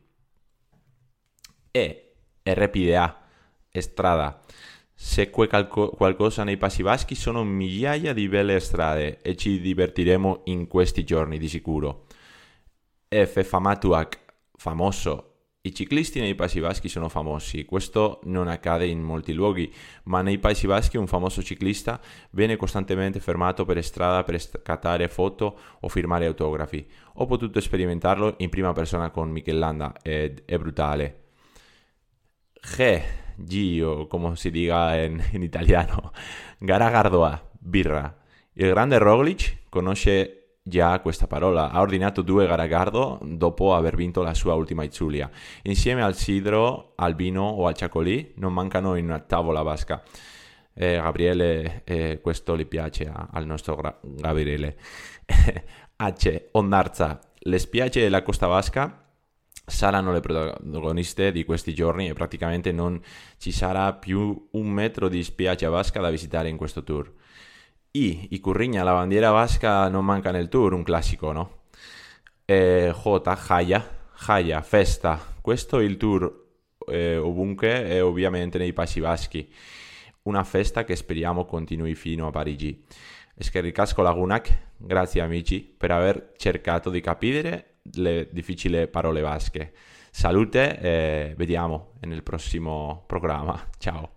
E, R P D A, strada. Se c'è calco- qualcosa nei Paesi Baschi sono migliaia di belle strade e ci divertiremo in questi giorni di sicuro. F. Famatuak, famoso. I ciclisti nei Paesi Baschi sono famosi, questo non accade in molti luoghi, ma nei Paesi Baschi un famoso ciclista viene costantemente fermato per strada per scattare foto o firmare autografi. Ho potuto sperimentarlo in prima persona con Mikel Landa ed è brutale. G. Gio, come si dica in, in italiano, Garagardoa, birra. Il grande Roglic conosce già questa parola, ha ordinato due Garagardo dopo aver vinto la sua ultima Itzulia. Insieme al sidro, al vino o al ciacolì non mancano in una tavola basca. Eh, Gabriele, eh, questo gli piace a, al nostro gra- Gabriele. H. Ondarza, le spiagge della Costa Basca saranno le protagoniste di questi giorni e praticamente non ci sarà più un metro di spiaggia basca da visitare in questo tour. I, Icurriña, la bandiera basca non manca nel tour, un classico, no? E J, Jaya, Jaya, festa. Questo è il tour eh, ovunque e ovviamente nei Paesi Baschi. Una festa che speriamo continui fino a Parigi. Eskerrik asko lagunak, grazie amici per aver cercato di capire le difficili parole basche. Salute e vediamo nel prossimo programma. Ciao.